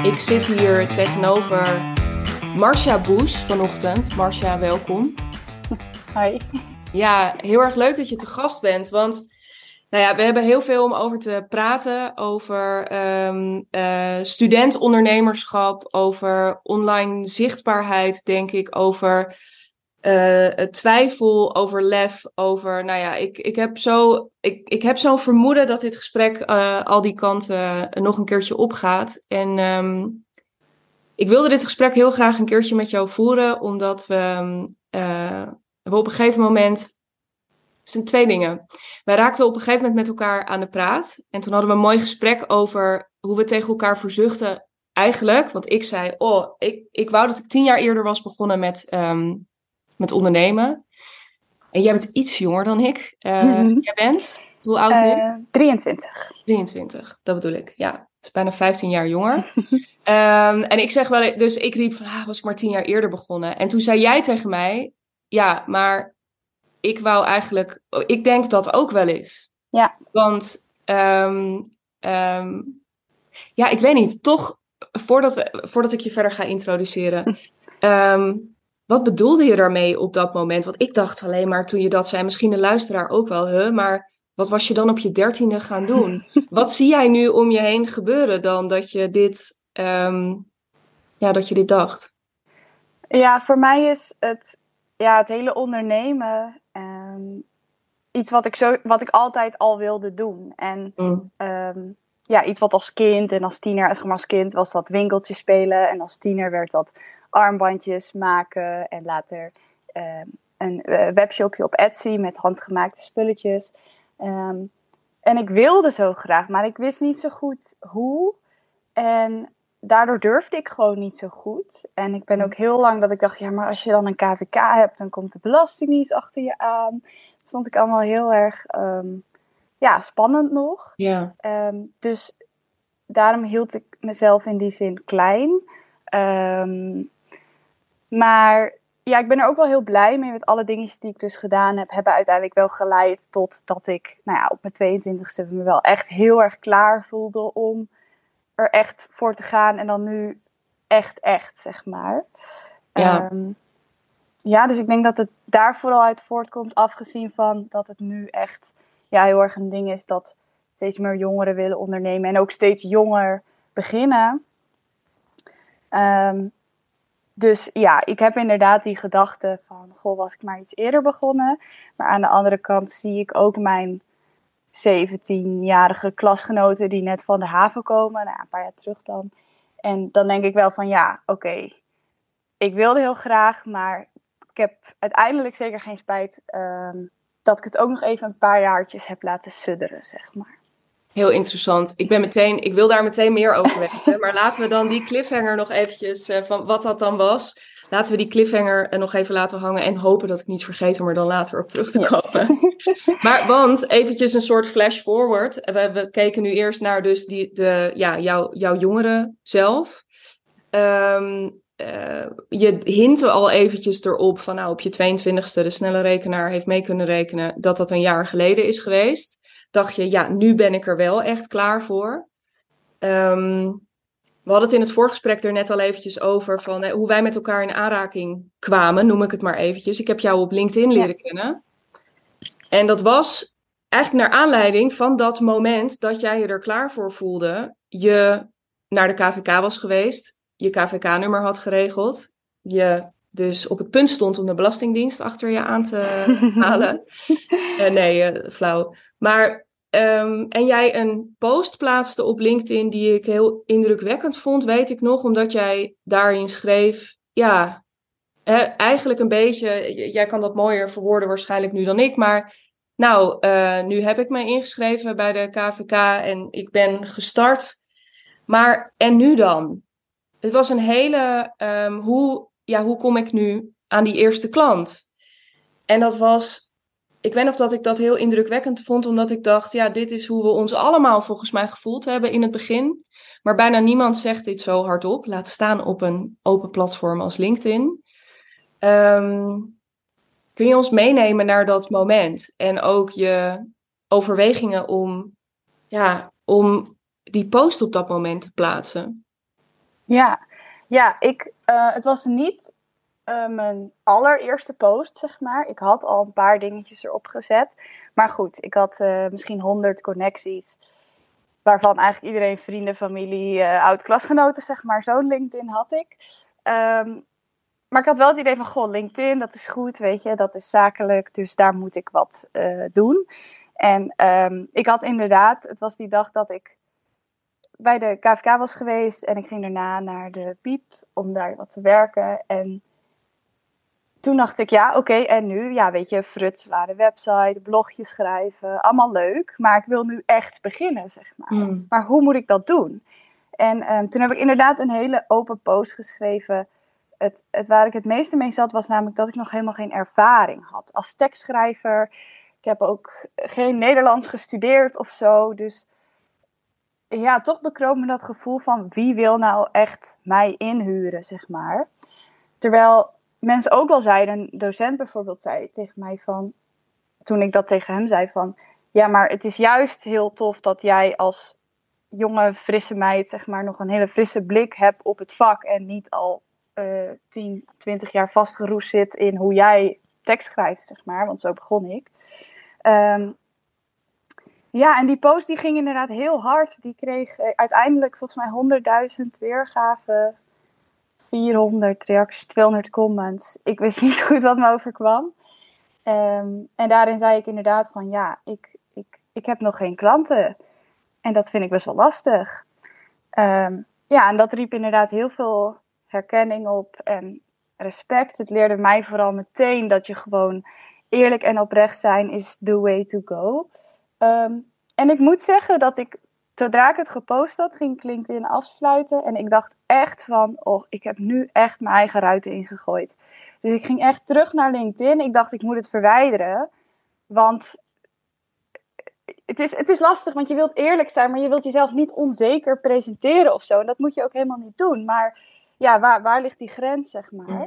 Ik zit hier tegenover Marcia Boes vanochtend. Marcia, welkom. Hi. Ja, heel erg leuk dat je te gast bent, want nou ja, we hebben heel veel om over te praten. Over studentondernemerschap, over online zichtbaarheid, denk ik, over twijfel, over lef, over, nou ja, ik heb zo'n vermoeden dat dit gesprek al die kanten nog een keertje opgaat. En ik wilde dit gesprek heel graag een keertje met jou voeren, omdat we op een gegeven moment... Het zijn twee dingen. Wij raakten op een gegeven moment met elkaar aan de praat. En toen hadden we een mooi gesprek over hoe we tegen elkaar verzuchten eigenlijk. Want ik zei, ik wou dat ik 10 jaar eerder was begonnen met ondernemen. En jij bent iets jonger dan ik. Jij bent, hoe oud nu? 23. 23, dat bedoel ik. Ja, dat is bijna 15 jaar jonger. En ik zeg wel, dus ik riep van, was ik maar 10 jaar eerder begonnen. En toen zei jij tegen mij, ja, maar ik denk dat ook wel eens. Ja. Want, ja, ik weet niet, toch, voordat ik je verder ga introduceren, wat bedoelde je daarmee op dat moment? Want ik dacht alleen maar toen je dat zei, misschien de luisteraar ook wel, maar wat was je dan op je 13e gaan doen? Wat zie jij nu om je heen gebeuren dan dat je dit dacht? Ja, voor mij is het hele ondernemen iets wat ik altijd al wilde doen. En iets wat als kind en als tiener, als kind was dat winkeltjes spelen. En als tiener werd dat armbandjes maken en later een webshopje op Etsy met handgemaakte spulletjes. En ik wilde zo graag, maar ik wist niet zo goed hoe. En daardoor durfde ik gewoon niet zo goed. En ik ben ook heel lang dat ik dacht, ja, maar als je dan een KVK hebt, dan komt de Belastingdienst achter je aan. Dat vond ik allemaal heel erg spannend nog. Ja. Dus daarom hield ik mezelf in die zin klein. Maar ja, ik ben er ook wel heel blij mee met alle dingetjes die ik dus gedaan heb. Hebben uiteindelijk wel geleid tot dat ik op mijn 22e me wel echt heel erg klaar voelde om er echt voor te gaan. En dan nu echt, zeg maar. Ja. Dus ik denk dat het daar vooral uit voortkomt. Afgezien van dat het nu echt heel erg een ding is dat steeds meer jongeren willen ondernemen. En ook steeds jonger beginnen. Dus ja, ik heb inderdaad die gedachte van, was ik maar iets eerder begonnen. Maar aan de andere kant zie ik ook mijn 17-jarige klasgenoten die net van de haven komen. Een paar jaar terug dan. En dan denk ik wel van, oké, ik wilde heel graag, maar ik heb uiteindelijk zeker geen spijt dat ik het ook nog even een paar jaartjes heb laten sudderen, zeg maar. Heel interessant. Ik wil daar meteen meer over weten. Maar laten we dan die cliffhanger nog eventjes, van wat dat dan was. Laten we die cliffhanger nog even laten hangen. En hopen dat ik niet vergeet om er dan later op terug te komen. Maar want, eventjes een soort flash forward. We keken nu eerst naar dus jouw jongeren zelf. Je hintte al eventjes erop van op je 22e de snelle rekenaar heeft mee kunnen rekenen dat een jaar geleden is geweest. Dacht je, nu ben ik er wel echt klaar voor. We hadden het in het voorgesprek er net al eventjes over van hoe wij met elkaar in aanraking kwamen, noem ik het maar eventjes. Ik heb jou op LinkedIn leren kennen. En dat was eigenlijk naar aanleiding van dat moment dat jij je er klaar voor voelde. Je naar de KVK was geweest, je KVK-nummer had geregeld. Je dus op het punt stond om de Belastingdienst achter je aan te halen. Nee, flauw. Maar, en jij een post plaatste op LinkedIn die ik heel indrukwekkend vond, weet ik nog. Omdat jij daarin schreef, eigenlijk een beetje, jij kan dat mooier verwoorden waarschijnlijk nu dan ik. Maar nu heb ik me ingeschreven bij de KVK en ik ben gestart. Maar, en nu dan? Het was een hele, hoe kom ik nu aan die eerste klant? En dat was, ik weet nog dat ik dat heel indrukwekkend vond, omdat ik dacht, dit is hoe we ons allemaal volgens mij gevoeld hebben in het begin. Maar bijna niemand zegt dit zo hardop, laat staan op een open platform als LinkedIn. Kun je ons meenemen naar dat moment? En ook je overwegingen om die post op dat moment te plaatsen? Ja, het was niet mijn allereerste post, zeg maar. Ik had al een paar dingetjes erop gezet. Maar goed, ik had misschien 100 connecties. Waarvan eigenlijk iedereen vrienden, familie, oud-klasgenoten, zeg maar. Zo'n LinkedIn had ik. Maar ik had wel het idee van, goh, LinkedIn, dat is goed, weet je. Dat is zakelijk, dus daar moet ik wat doen. En ik had inderdaad, het was die dag dat ik bij de KVK was geweest. En ik ging daarna naar de Piep om daar wat te werken. En toen dacht ik, ja, oké, en nu? Ja, weet je, frutselen, de website, blogjes schrijven, allemaal leuk. Maar ik wil nu echt beginnen, zeg maar. Maar hoe moet ik dat doen? En toen heb ik inderdaad een hele open post geschreven. Het waar ik het meeste mee zat, was namelijk dat ik nog helemaal geen ervaring had als tekstschrijver. Ik heb ook geen Nederlands gestudeerd of zo. Dus ja, toch bekroop me dat gevoel van wie wil nou echt mij inhuren, zeg maar. Terwijl mensen ook wel zeiden, een docent bijvoorbeeld zei tegen mij van, toen ik dat tegen hem zei van, ja, maar het is juist heel tof dat jij als jonge, frisse meid, zeg maar, nog een hele frisse blik hebt op het vak en niet al 10, 20 jaar vastgeroest zit in hoe jij tekst schrijft, zeg maar, want zo begon ik. Ja, en die post die ging inderdaad heel hard. Die kreeg uiteindelijk volgens mij 100.000 weergaven, 400 reacties, 200 comments. Ik wist niet goed wat me overkwam. En daarin zei ik inderdaad van ja, ik heb nog geen klanten. En dat vind ik best wel lastig. Ja, en dat riep inderdaad heel veel herkenning op en respect. Het leerde mij vooral meteen dat je gewoon eerlijk en oprecht zijn is the way to go. En ik moet zeggen dat ik, zodra ik het gepost had, ging ik LinkedIn afsluiten. En ik dacht echt van, oh, ik heb nu echt mijn eigen ruiten ingegooid. Dus ik ging echt terug naar LinkedIn. Ik dacht, ik moet het verwijderen. Want het is lastig, want je wilt eerlijk zijn, maar je wilt jezelf niet onzeker presenteren of zo. En dat moet je ook helemaal niet doen. Maar ja, waar ligt die grens, zeg maar?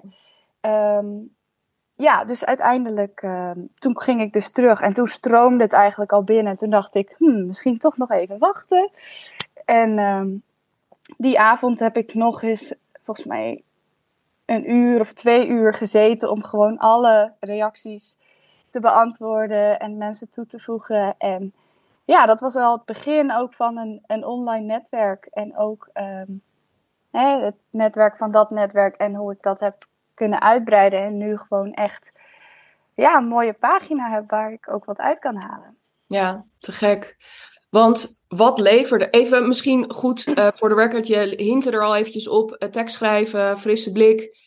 Ja, dus uiteindelijk, toen ging ik dus terug. En toen stroomde het eigenlijk al binnen. En toen dacht ik, misschien toch nog even wachten. En die avond heb ik nog eens, volgens mij, 1 uur of 2 uur gezeten om gewoon alle reacties te beantwoorden en mensen toe te voegen. En ja, dat was wel het begin ook van een online netwerk. En ook het netwerk van dat netwerk en hoe ik dat heb kunnen uitbreiden. En nu gewoon echt een mooie pagina heb waar ik ook wat uit kan halen. Ja, te gek. Want wat leverde... Even misschien goed voor de record, je hintte er al eventjes op. Tekst schrijven, frisse blik.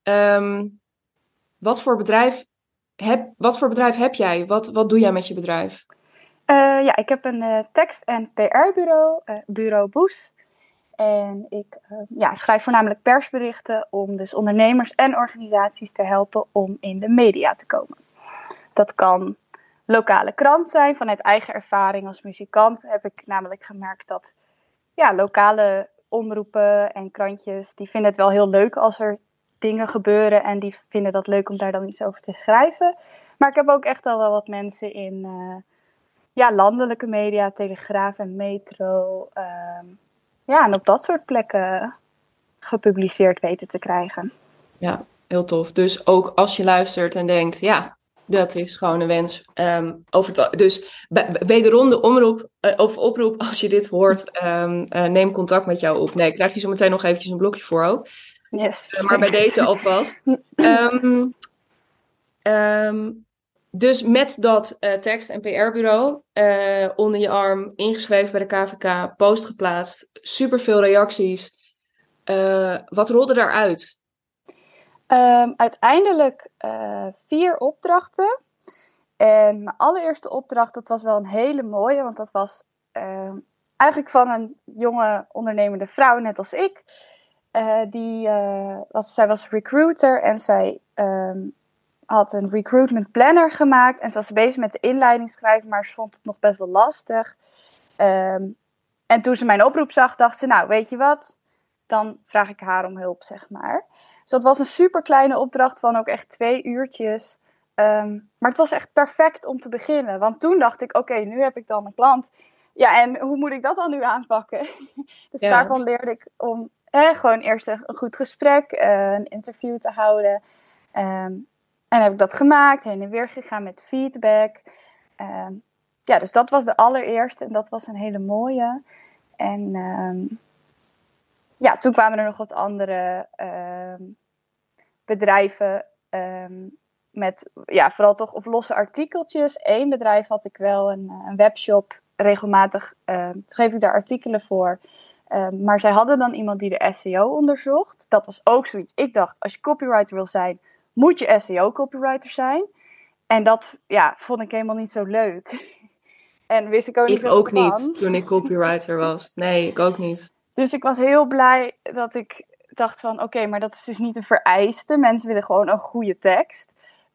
Wat voor bedrijf heb jij? Wat doe jij met je bedrijf? Ja, ik heb een tekst- en PR-bureau, Bureau Boes. En ik schrijf voornamelijk persberichten om dus ondernemers en organisaties te helpen om in de media te komen. Dat kan lokale krant zijn. Vanuit eigen ervaring als muzikant heb ik namelijk gemerkt dat lokale omroepen en krantjes, die vinden het wel heel leuk als er dingen gebeuren en die vinden dat leuk om daar dan iets over te schrijven. Maar ik heb ook echt al wel wat mensen in landelijke media, Telegraaf en Metro, en op dat soort plekken gepubliceerd weten te krijgen. Ja, heel tof. Dus ook als je luistert en denkt, ja, dat is gewoon een wens. Dus wederom de oproep, als je dit hoort, neem contact met jou op. Nee, krijg je zo meteen nog eventjes een blokje voor ook. Yes. Maar bij deze alvast. Dus met dat tekst- en PR-bureau onder je arm, ingeschreven bij de KVK, post geplaatst, superveel reacties. Wat rolde daaruit? Uiteindelijk 4 opdrachten. En mijn allereerste opdracht, dat was wel een hele mooie, want dat was eigenlijk van een jonge ondernemende vrouw, net als ik. Zij was recruiter en zij had een recruitment planner gemaakt. En ze was bezig met de inleiding schrijven, maar ze vond het nog best wel lastig. En toen ze mijn oproep zag, dacht ze, nou, weet je wat? Dan vraag ik haar om hulp, zeg maar. Dus dat was een super kleine opdracht van ook echt 2 uurtjes. Maar het was echt perfect om te beginnen. Want toen dacht ik, oké, nu heb ik dan een klant. Ja, en hoe moet ik dat dan nu aanpakken? Dus daarvan leerde ik om gewoon eerst een goed gesprek, een interview te houden. En heb ik dat gemaakt, heen en weer gegaan met feedback. Dus dat was de allereerste en dat was een hele mooie. En toen kwamen er nog wat andere bedrijven met vooral toch of losse artikeltjes. Eén bedrijf had ik wel, een webshop. Regelmatig schreef ik daar artikelen voor. Maar zij hadden dan iemand die de SEO onderzocht. Dat was ook zoiets. Ik dacht, als je copywriter wil zijn, moet je SEO-copywriter zijn. En dat vond ik helemaal niet zo leuk. En wist ik ook niet Ik ook van. niet toen ik copywriter was. Nee, ik ook niet. Dus ik was heel blij dat ik dacht van oké, maar dat is dus niet een vereiste. Mensen willen gewoon een goede tekst.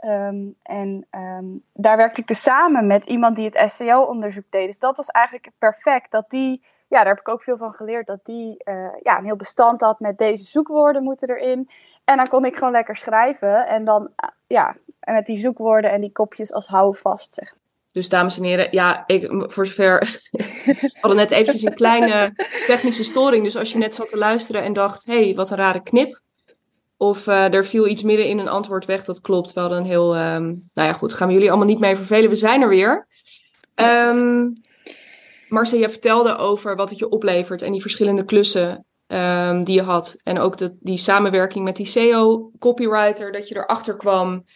Daar werkte ik dus samen met iemand die het SEO-onderzoek deed. Dus dat was eigenlijk perfect. Dat die, daar heb ik ook veel van geleerd. Dat die een heel bestand had met deze zoekwoorden moeten erin. En dan kon ik gewoon lekker schrijven. En dan met die zoekwoorden en die kopjes als houvast. Zeg. Dus dames en heren, voor zover... We hadden net eventjes een kleine technische storing. Dus als je net zat te luisteren en dacht, hé, wat een rare knip. Of er viel iets midden in een antwoord weg, dat klopt. We hadden een heel... goed, gaan we jullie allemaal niet mee vervelen. We zijn er weer. Marcia, je vertelde over wat het je oplevert en die verschillende klussen die je had. En ook die samenwerking met die SEO-copywriter, dat je erachter kwam...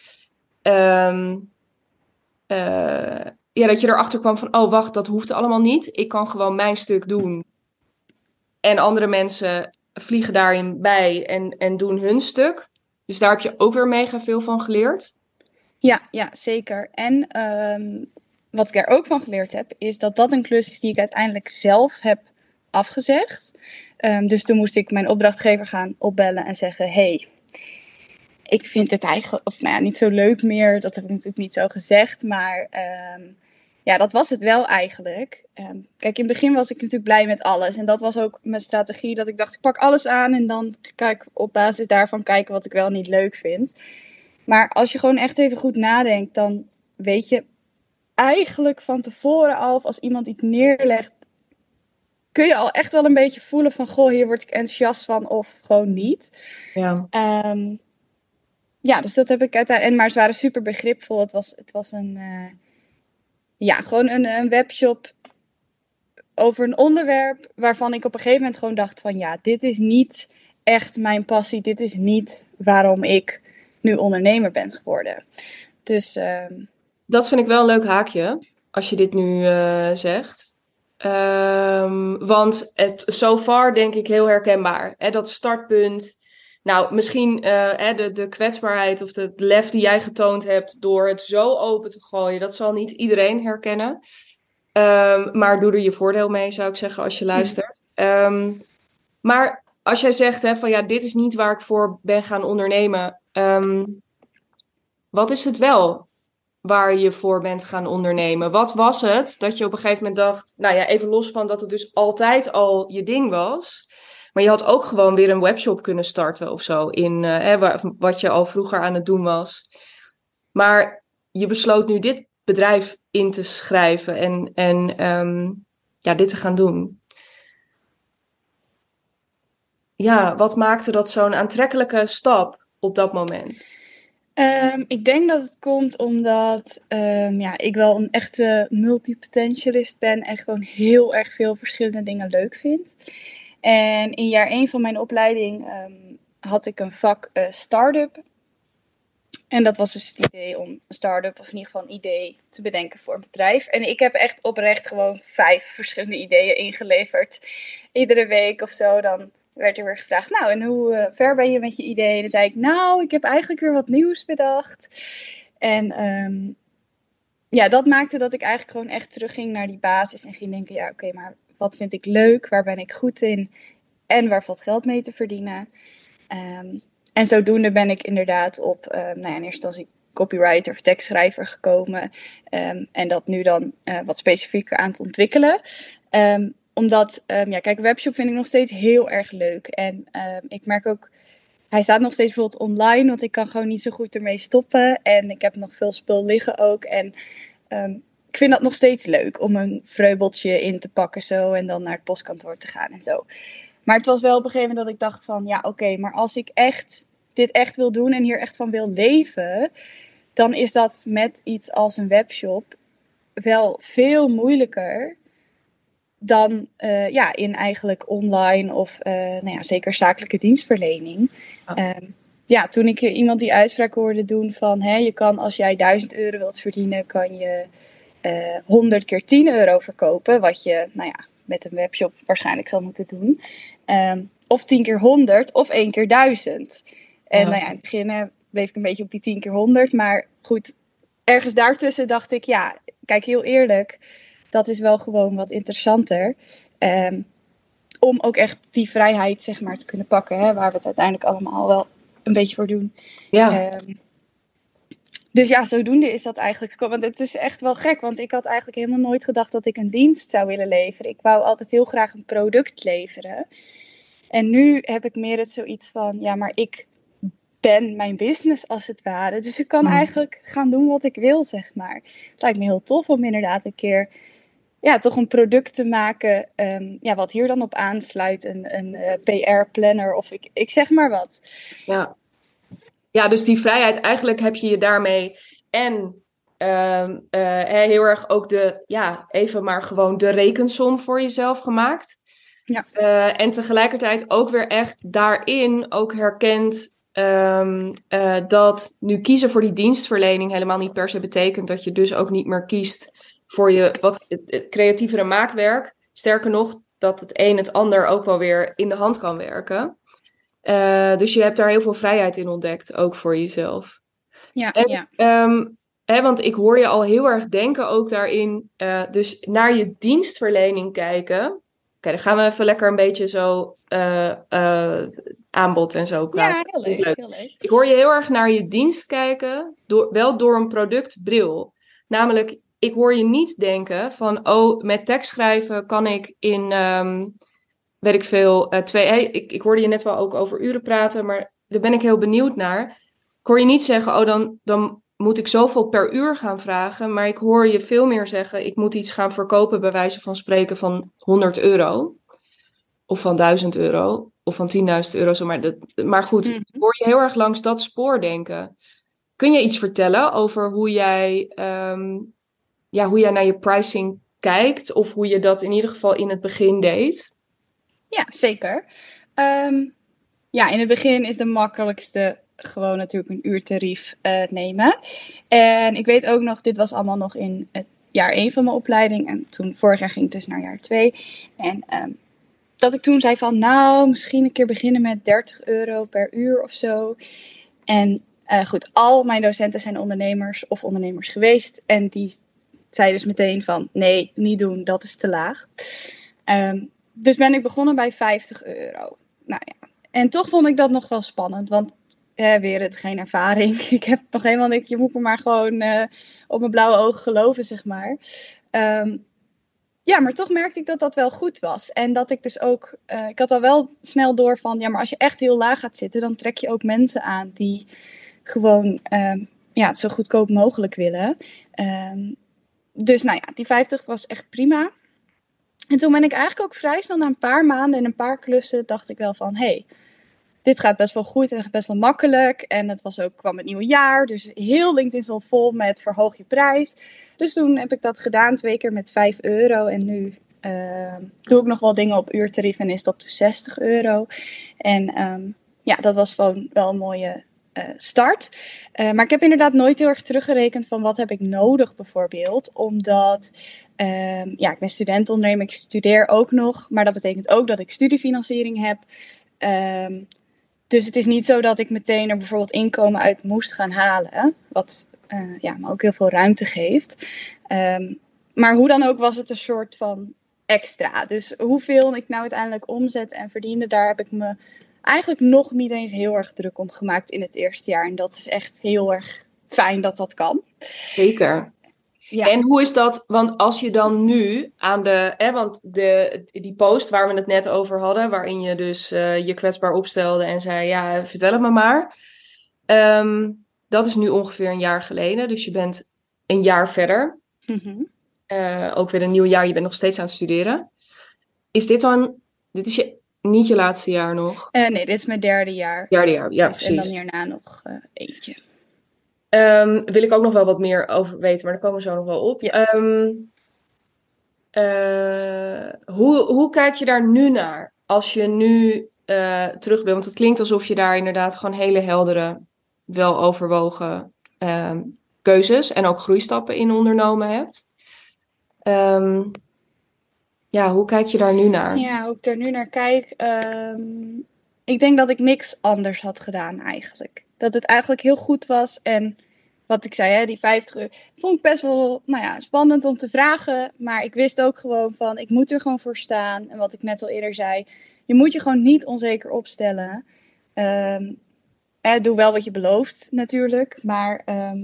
dat je erachter kwam van, oh wacht, dat hoeft allemaal niet. Ik kan gewoon mijn stuk doen. En andere mensen vliegen daarin bij en doen hun stuk. Dus daar heb je ook weer mega veel van geleerd. Ja, zeker. En wat ik er ook van geleerd heb, is dat een klus is die ik uiteindelijk zelf heb afgezegd. Dus toen moest ik mijn opdrachtgever gaan opbellen en zeggen, hey, ik vind het eigenlijk niet zo leuk meer. Dat heb ik natuurlijk niet zo gezegd, maar dat was het wel eigenlijk. Kijk, in het begin was ik natuurlijk blij met alles. En dat was ook mijn strategie, dat ik dacht, ik pak alles aan en dan ga ik op basis daarvan kijken wat ik wel niet leuk vind. Maar als je gewoon echt even goed nadenkt, dan weet je eigenlijk van tevoren al, als iemand iets neerlegt, kun je al echt wel een beetje voelen van, goh, hier word ik enthousiast van of gewoon niet. Ja. Dus dat heb ik uiteindelijk. Maar ze waren super begripvol. Het was gewoon een webshop over een onderwerp waarvan ik op een gegeven moment gewoon dacht van, dit is niet echt mijn passie. Dit is niet waarom ik nu ondernemer ben geworden. Dus dat vind ik wel een leuk haakje, als je dit nu zegt. Want het so far denk ik heel herkenbaar. Dat startpunt. Nou, misschien de kwetsbaarheid of de lef die jij getoond hebt door het zo open te gooien, dat zal niet iedereen herkennen. Maar doe er je voordeel mee, zou ik zeggen, als je luistert. Maar als jij zegt van dit is niet waar ik voor ben gaan ondernemen. Wat is het wel waar je voor bent gaan ondernemen? Wat was het dat je op een gegeven moment dacht, even los van dat het dus altijd al je ding was, maar je had ook gewoon weer een webshop kunnen starten of zo, in wat je al vroeger aan het doen was. Maar je besloot nu dit bedrijf in te schrijven en dit te gaan doen. Ja, wat maakte dat zo'n aantrekkelijke stap op dat moment? Ik denk dat het komt omdat ik wel een echte multipotentialist ben en gewoon heel erg veel verschillende dingen leuk vind. En in jaar 1 van mijn opleiding had ik een vak start-up. En dat was dus het idee om een start-up, of in ieder geval een idee te bedenken voor een bedrijf. En ik heb echt oprecht gewoon 5 verschillende ideeën ingeleverd. Iedere week of zo dan werd er weer gevraagd, nou, en hoe ver ben je met je idee? En dan zei ik, nou, ik heb eigenlijk weer wat nieuws bedacht. En dat maakte dat ik eigenlijk gewoon echt terugging naar die basis en ging denken, oké, maar wat vind ik leuk? Waar ben ik goed in? En waar valt geld mee te verdienen? En zodoende ben ik inderdaad op, in eerste instantie copywriter of tekstschrijver gekomen. En dat nu dan wat specifieker aan te ontwikkelen. Omdat, kijk, webshop vind ik nog steeds heel erg leuk. En ik merk ook, hij staat nog steeds bijvoorbeeld online, want ik kan gewoon niet zo goed ermee stoppen. En ik heb nog veel spul liggen ook. En ik vind dat nog steeds leuk om een vreubeltje in te pakken zo en dan naar het postkantoor te gaan en zo. Maar het was wel op een gegeven moment dat ik dacht van, ja, oké, maar als ik dit echt wil doen en hier echt van wil leven, dan is dat met iets als een webshop wel veel moeilijker dan in eigenlijk online of zeker zakelijke dienstverlening. Toen ik iemand die uitspraak hoorde doen van, je kan als jij €1000 wilt verdienen, kan je 100 keer €10 verkopen, wat je met een webshop waarschijnlijk zal moeten doen. Of 10 keer 100 of 1 keer 1000. En in het begin bleef ik een beetje op die 10 keer 100. Maar goed, ergens daartussen dacht ik, ja, kijk, heel eerlijk, dat is wel gewoon wat interessanter. Om ook echt die vrijheid, zeg maar, te kunnen pakken. Hè, waar we het uiteindelijk allemaal wel een beetje voor doen. Ja. Dus ja, zodoende is dat eigenlijk gekomen. Want het is echt wel gek, want ik had eigenlijk helemaal nooit gedacht dat ik een dienst zou willen leveren. Ik wou altijd heel graag een product leveren. En nu heb ik meer het zoiets van, ja, maar ik ben mijn business als het ware. Dus ik kan eigenlijk gaan doen wat ik wil, zeg maar. Het lijkt me heel tof om inderdaad een keer, toch een product te maken, wat hier dan op aansluit. Een PR-planner of ik zeg maar wat. Ja, dus die vrijheid, eigenlijk heb je daarmee en heel erg ook even maar gewoon de rekensom voor jezelf gemaakt. Ja. En tegelijkertijd ook weer echt daarin ook herkend dat nu kiezen voor die dienstverlening helemaal niet per se betekent dat je dus ook niet meer kiest voor je wat creatievere maakwerk. Sterker nog, dat het een het ander ook wel weer in de hand kan werken. Dus je hebt daar heel veel vrijheid in ontdekt, ook voor jezelf. Ja, want ik hoor je al heel erg denken ook daarin, dus naar je dienstverlening kijken. Oké, dan gaan we even lekker een beetje zo aanbod en zo praten. Ja, heel leuk, heel leuk. Ik hoor je heel erg naar je dienst kijken, wel door een productbril. Namelijk, ik hoor je niet denken van, met tekst schrijven kan ik in... weet ik veel, ik hoorde je net wel ook over uren praten, maar daar ben ik heel benieuwd naar. Ik hoor je niet zeggen, dan moet ik zoveel per uur gaan vragen, maar ik hoor je veel meer zeggen, ik moet iets gaan verkopen bij wijze van spreken van €100, of van €1000, of van €10.000. Maar goed, ik hoor je heel erg langs dat spoor denken. Kun je iets vertellen over hoe jij naar je pricing kijkt, of hoe je dat in ieder geval in het begin deed? Ja, zeker. In het begin is de makkelijkste gewoon natuurlijk een uurtarief nemen. En ik weet ook nog, dit was allemaal nog in het jaar 1 van mijn opleiding. En toen, vorig jaar ging ik dus naar jaar 2. En dat ik toen zei van, misschien een keer beginnen met €30 per uur of zo. En goed, al mijn docenten zijn ondernemers of ondernemers geweest. En die zeiden dus meteen van, nee, niet doen, dat is te laag. Dus ben ik begonnen bij €50. Nou ja, en toch vond ik dat nog wel spannend, want weer geen ervaring. Ik heb nog helemaal niks, je moet me maar gewoon op mijn blauwe ogen geloven, zeg maar. Maar toch merkte ik dat dat wel goed was. En dat ik dus ook, ik had al wel snel door van, maar als je echt heel laag gaat zitten, dan trek je ook mensen aan die gewoon het zo goedkoop mogelijk willen. Dus die 50 was echt prima. En toen ben ik eigenlijk ook vrij snel na een paar maanden en een paar klussen dacht ik wel van, dit gaat best wel goed en best wel makkelijk. En het kwam het nieuwe jaar, dus heel LinkedIn stond vol met verhoog je prijs. Dus toen heb ik dat gedaan 2 keer met €5. En nu doe ik nog wel dingen op uurtarief en is dat dus €60. En dat was gewoon wel een mooie start. Maar ik heb inderdaad nooit heel erg teruggerekend van wat heb ik nodig bijvoorbeeld. Omdat ik ben studentondernemer, ik studeer ook nog. Maar dat betekent ook dat ik studiefinanciering heb. Dus het is niet zo dat ik meteen er bijvoorbeeld inkomen uit moest gaan halen. Wat me ook heel veel ruimte geeft. Maar hoe dan ook was het een soort van extra. Dus hoeveel ik nou uiteindelijk omzet en verdiende, daar heb ik me eigenlijk nog niet eens heel erg druk om gemaakt in het eerste jaar. En dat is echt heel erg fijn dat dat kan. Zeker. Ja. En hoe is dat, want als je dan nu aan die post waar we het net over hadden, waarin je dus je kwetsbaar opstelde en zei, ja, vertel het me maar. Dat is nu ongeveer een jaar geleden, dus je bent een jaar verder. Ook weer een nieuw jaar, je bent nog steeds aan het studeren. Is dit is je niet je laatste jaar nog? Nee, dit is mijn derde jaar. Derde jaar, ja, dus, precies. En dan hierna nog eentje. Wil ik ook nog wel wat meer over weten, maar daar komen we zo nog wel op. Yes. Hoe kijk je daar nu naar? Als je nu terug bent, want het klinkt alsof je daar inderdaad gewoon hele heldere, wel overwogen keuzes en ook groeistappen in ondernomen hebt. Hoe kijk je daar nu naar? Ja, hoe ik er nu naar kijk. Ik denk dat ik niks anders had gedaan eigenlijk. Dat het eigenlijk heel goed was. En wat ik zei, die 50 euro, vond ik best wel spannend om te vragen. Maar ik wist ook gewoon van, ik moet er gewoon voor staan. En wat ik net al eerder zei, je moet je gewoon niet onzeker opstellen. Doe wel wat je belooft natuurlijk. Maar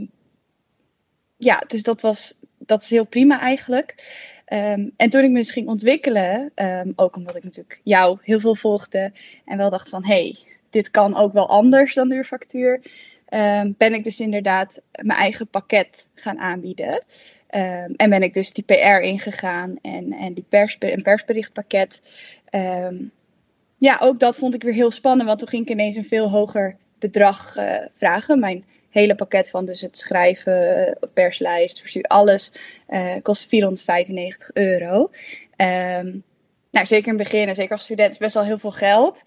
dus dat is heel prima eigenlijk. En toen ik me dus ging ontwikkelen, ook omdat ik natuurlijk jou heel veel volgde en wel dacht van, dit kan ook wel anders dan uurfactuur, ben ik dus inderdaad mijn eigen pakket gaan aanbieden. En ben ik dus die PR ingegaan en die persberichtpakket. Ook dat vond ik weer heel spannend, want toen ging ik ineens een veel hoger bedrag vragen. Mijn hele pakket van dus het schrijven, perslijst, verstuur, alles kost €495. Zeker in het begin en zeker als student is best wel heel veel geld.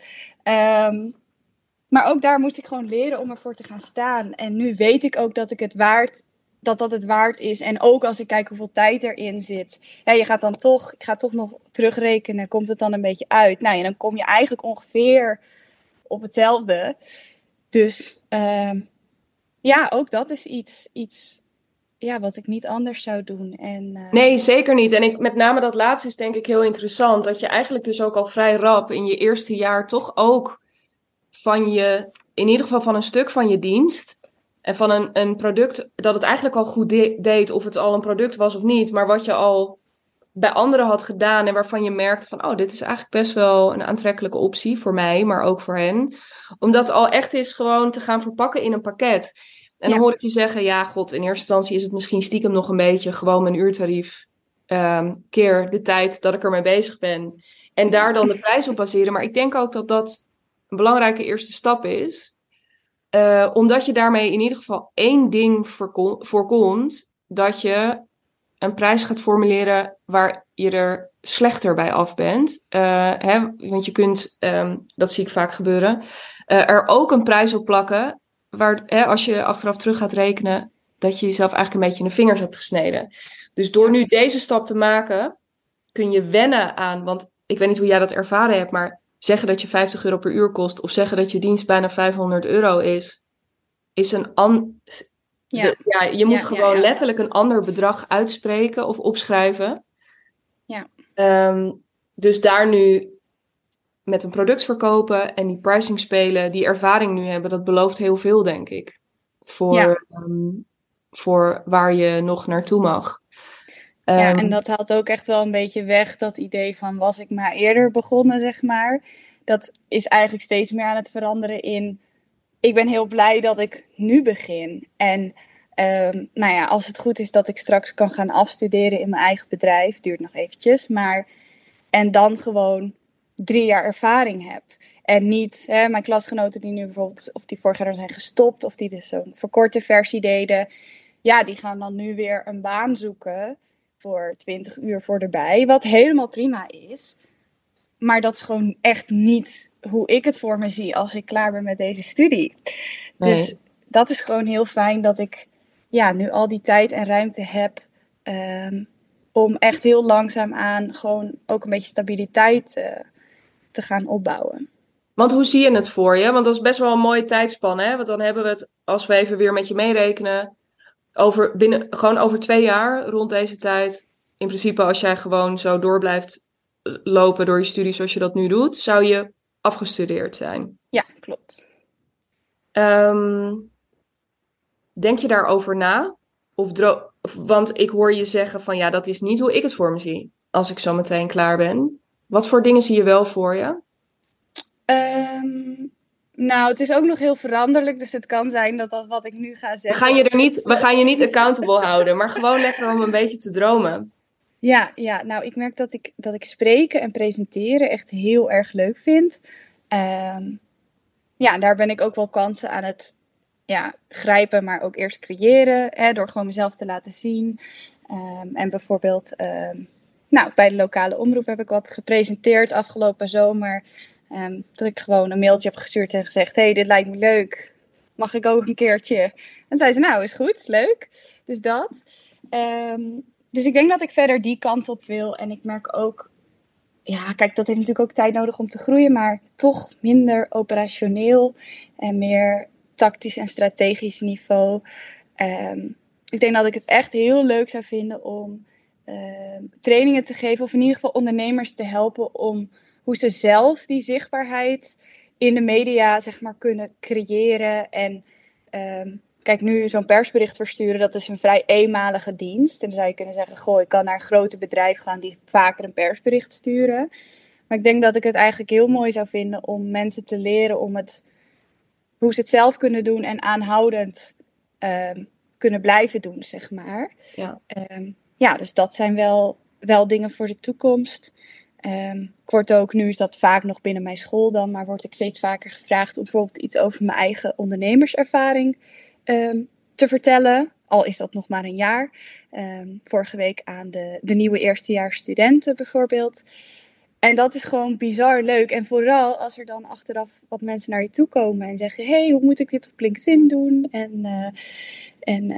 Maar ook daar moest ik gewoon leren om ervoor te gaan staan. En nu weet ik ook dat ik het waard is. En ook als ik kijk hoeveel tijd erin zit. Ja, ik ga toch nog terugrekenen. Komt het dan een beetje uit? Nou ja, dan kom je eigenlijk ongeveer op hetzelfde. Dus ook dat is iets wat ik niet anders zou doen. Nee, zeker niet. En met name dat laatste is denk ik heel interessant. Dat je eigenlijk dus ook al vrij rap in je eerste jaar toch ook in ieder geval van een stuk van je dienst en van een product dat het eigenlijk al goed deed, of het al een product was of niet, maar wat je al bij anderen had gedaan en waarvan je merkte van, dit is eigenlijk best wel een aantrekkelijke optie voor mij, maar ook voor hen. Om dat al echt is gewoon te gaan verpakken in een pakket. En dan hoor ik je zeggen, ja, god, in eerste instantie is het misschien stiekem nog een beetje gewoon mijn uurtarief keer de tijd dat ik ermee bezig ben. En daar dan de prijs op baseren. Maar ik denk ook dat dat een belangrijke eerste stap is. Omdat je daarmee in ieder geval één ding voorkomt, dat je een prijs gaat formuleren waar je er slechter bij af bent. Want je kunt, dat zie ik vaak gebeuren, er ook een prijs op plakken waar, als je achteraf terug gaat rekenen, dat je jezelf eigenlijk een beetje in de vingers hebt gesneden. Dus door nu deze stap te maken, kun je wennen aan, want ik weet niet hoe jij dat ervaren hebt, maar zeggen dat je €50 per uur kost of zeggen dat je dienst bijna €500 is je moet gewoon letterlijk een ander bedrag uitspreken of opschrijven. Ja. Dus daar nu met een product verkopen en die pricing spelen, die ervaring nu hebben, dat belooft heel veel, denk ik. Voor waar je nog naartoe mag. En dat haalt ook echt wel een beetje weg dat idee van, was ik maar eerder begonnen, zeg maar. Dat is eigenlijk steeds meer aan het veranderen in, ik ben heel blij dat ik nu begin. En als het goed is dat ik straks kan gaan afstuderen in mijn eigen bedrijf, duurt nog eventjes, en dan gewoon 3 jaar ervaring heb. En niet mijn klasgenoten die nu bijvoorbeeld, of die vorig jaar zijn gestopt, of die dus zo'n verkorte versie deden, die gaan dan nu weer een baan zoeken voor 20 uur voor erbij, wat helemaal prima is. Maar dat is gewoon echt niet hoe ik het voor me zie als ik klaar ben met deze studie. Nee. Dus dat is gewoon heel fijn dat ik nu al die tijd en ruimte heb om echt heel langzaam aan gewoon ook een beetje stabiliteit te gaan opbouwen. Want hoe zie je het voor je? Want dat is best wel een mooie tijdspanne, hè? Want dan hebben we het, als we even weer met je meerekenen, over 2 jaar rond deze tijd. In principe, als jij gewoon zo door blijft lopen door je studie zoals je dat nu doet, zou je afgestudeerd zijn. Ja, klopt. Denk je daarover na? Want ik hoor je zeggen van, dat is niet hoe ik het voor me zie als ik zo meteen klaar ben. Wat voor dingen zie je wel voor je? Het is ook nog heel veranderlijk, dus het kan zijn dat wat ik nu ga zeggen... We gaan je niet accountable houden, maar gewoon lekker om een beetje te dromen. Ja, nou, ik merk dat ik spreken en presenteren echt heel erg leuk vind. Ja, daar ben ik ook wel kansen aan het grijpen, maar ook eerst creëren. Hè, door gewoon mezelf te laten zien. En bijvoorbeeld, nou, bij de lokale omroep heb ik wat gepresenteerd afgelopen zomer. Dat ik gewoon een mailtje heb gestuurd en gezegd: hey, dit lijkt me leuk. Mag ik ook een keertje? En zei ze: nou, is goed, leuk. Dus dat. Dus ik denk dat ik verder die kant op wil. En ik merk ook, ja, kijk, dat heeft natuurlijk ook tijd nodig om te groeien, maar toch minder operationeel en meer tactisch en strategisch niveau. Ik denk dat ik het echt heel leuk zou vinden om trainingen te geven, of in ieder geval ondernemers te helpen om hoe ze zelf die zichtbaarheid in de media, zeg maar, kunnen creëren. En kijk, nu zo'n persbericht versturen, dat is een vrij eenmalige dienst. En dan zou je kunnen zeggen, goh, ik kan naar een grote bedrijf gaan die vaker een persbericht sturen. Maar ik denk dat ik het eigenlijk heel mooi zou vinden om mensen te leren om hoe ze het zelf kunnen doen en aanhoudend kunnen blijven doen, zeg maar. Ja, dus dat zijn wel dingen voor de toekomst. Ik word ook, nu is dat vaak nog binnen mijn school dan, maar word ik steeds vaker gevraagd om bijvoorbeeld iets over mijn eigen ondernemerservaring te vertellen. Al is dat nog maar een jaar. Vorige week aan de nieuwe eerstejaars studenten bijvoorbeeld. En dat is gewoon bizar leuk. En vooral als er dan achteraf wat mensen naar je toe komen en zeggen: hey, hoe moet ik dit op LinkedIn doen? En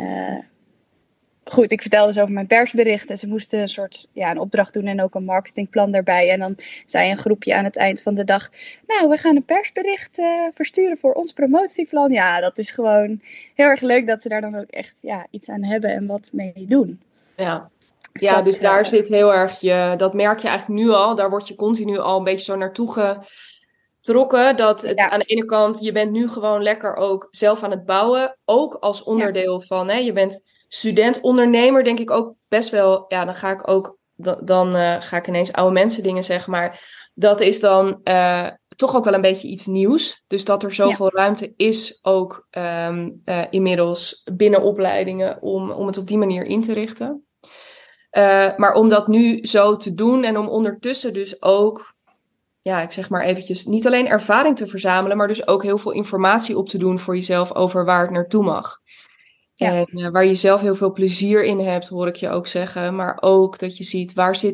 goed, ik vertelde dus over mijn persbericht. En ze moesten een soort een opdracht doen en ook een marketingplan daarbij. En dan zei een groepje aan het eind van de dag: nou, we gaan een persbericht versturen voor ons promotieplan. Ja, dat is gewoon heel erg leuk dat ze daar dan ook echt iets aan hebben en wat mee doen. Ja. Ja, dus daar zit heel erg dat merk je eigenlijk nu al, daar word je continu al een beetje zo naartoe getrokken. Dat het aan de ene kant, je bent nu gewoon lekker ook zelf aan het bouwen. Ook als onderdeel van, je bent student-ondernemer, denk ik ook best wel. Ja, dan ga ik ook, dan ga ik ineens oude mensen dingen zeggen. Maar dat is dan toch ook wel een beetje iets nieuws. Dus dat er zoveel ruimte is ook inmiddels binnen opleidingen om het op die manier in te richten. Maar om dat nu zo te doen en om ondertussen dus ook, ik zeg maar eventjes, niet alleen ervaring te verzamelen, maar dus ook heel veel informatie op te doen voor jezelf over waar het naartoe mag. Ja. En waar je zelf heel veel plezier in hebt, hoor ik je ook zeggen. Maar ook dat je ziet, waar zit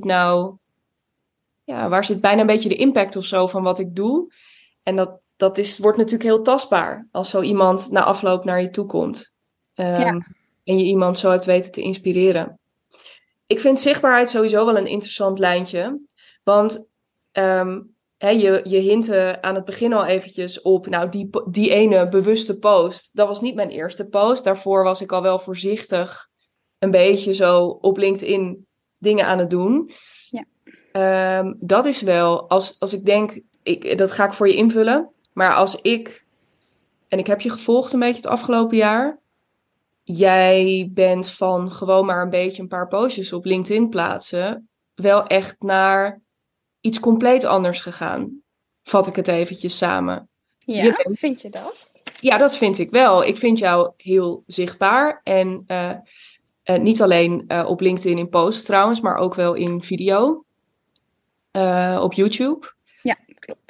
bijna een beetje de impact of zo van wat ik doe. En dat wordt natuurlijk heel tastbaar als zo iemand na afloop naar je toe komt. En je iemand zo hebt weten te inspireren. Ik vind zichtbaarheid sowieso wel een interessant lijntje. Want je hintte aan het begin al eventjes op, nou, die ene bewuste post. Dat was niet mijn eerste post. Daarvoor was ik al wel voorzichtig een beetje zo op LinkedIn dingen aan het doen. Ja. Dat is wel, als ik denk, dat ga ik voor je invullen. Maar en ik heb je gevolgd een beetje het afgelopen jaar. Jij bent van gewoon maar een paar postjes op LinkedIn plaatsen, wel echt naar iets compleet anders gegaan. Vat ik het eventjes samen. Ja, vind je dat? Ja, dat vind ik wel. Ik vind jou heel zichtbaar. En niet alleen op LinkedIn in post trouwens, maar ook wel in video. Op YouTube. Ja, klopt.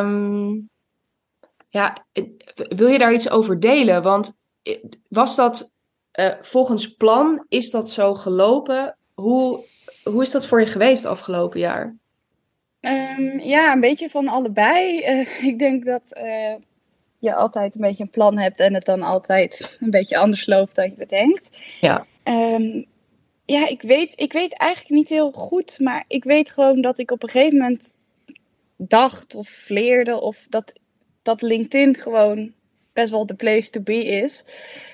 Wil je daar iets over delen? Want was dat volgens plan, is dat zo gelopen? Hoe is dat voor je geweest afgelopen jaar? Een beetje van allebei. Ik denk dat je altijd een beetje een plan hebt en het dan altijd een beetje anders loopt dan je bedenkt. Ja. Ik weet eigenlijk niet heel goed, maar ik weet gewoon dat ik op een gegeven moment dacht of leerde of dat LinkedIn gewoon best wel de place to be is.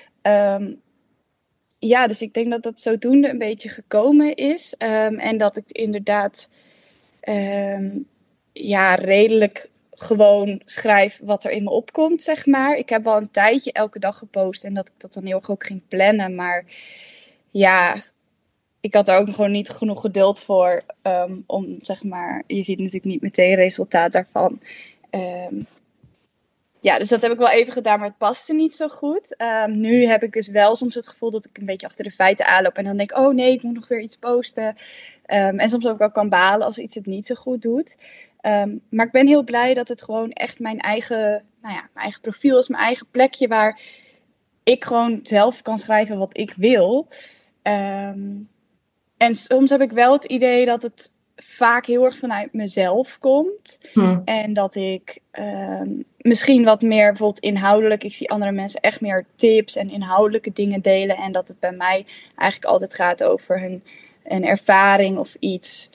Dus ik denk dat dat zodoende een beetje gekomen is. En dat ik inderdaad redelijk gewoon schrijf wat er in me opkomt, zeg maar. Ik heb wel een tijdje elke dag gepost en dat ik dat dan heel erg ook ging plannen. Maar ik had er ook gewoon niet genoeg geduld voor om, zeg maar, je ziet natuurlijk niet meteen resultaat daarvan. Ja, dus dat heb ik wel even gedaan, maar het paste niet zo goed. Nu heb ik dus wel soms het gevoel dat ik een beetje achter de feiten aanloop. En dan denk ik, oh nee, ik moet nog weer iets posten. En soms ook wel kan balen als iets het niet zo goed doet. Maar ik ben heel blij dat het gewoon echt mijn eigen profiel is. Mijn eigen plekje waar ik gewoon zelf kan schrijven wat ik wil. En soms heb ik wel het idee dat het vaak heel erg vanuit mezelf komt. En dat ik misschien wat meer bijvoorbeeld inhoudelijk... Ik zie andere mensen echt meer tips en inhoudelijke dingen delen. En dat het bij mij eigenlijk altijd gaat over een ervaring of iets.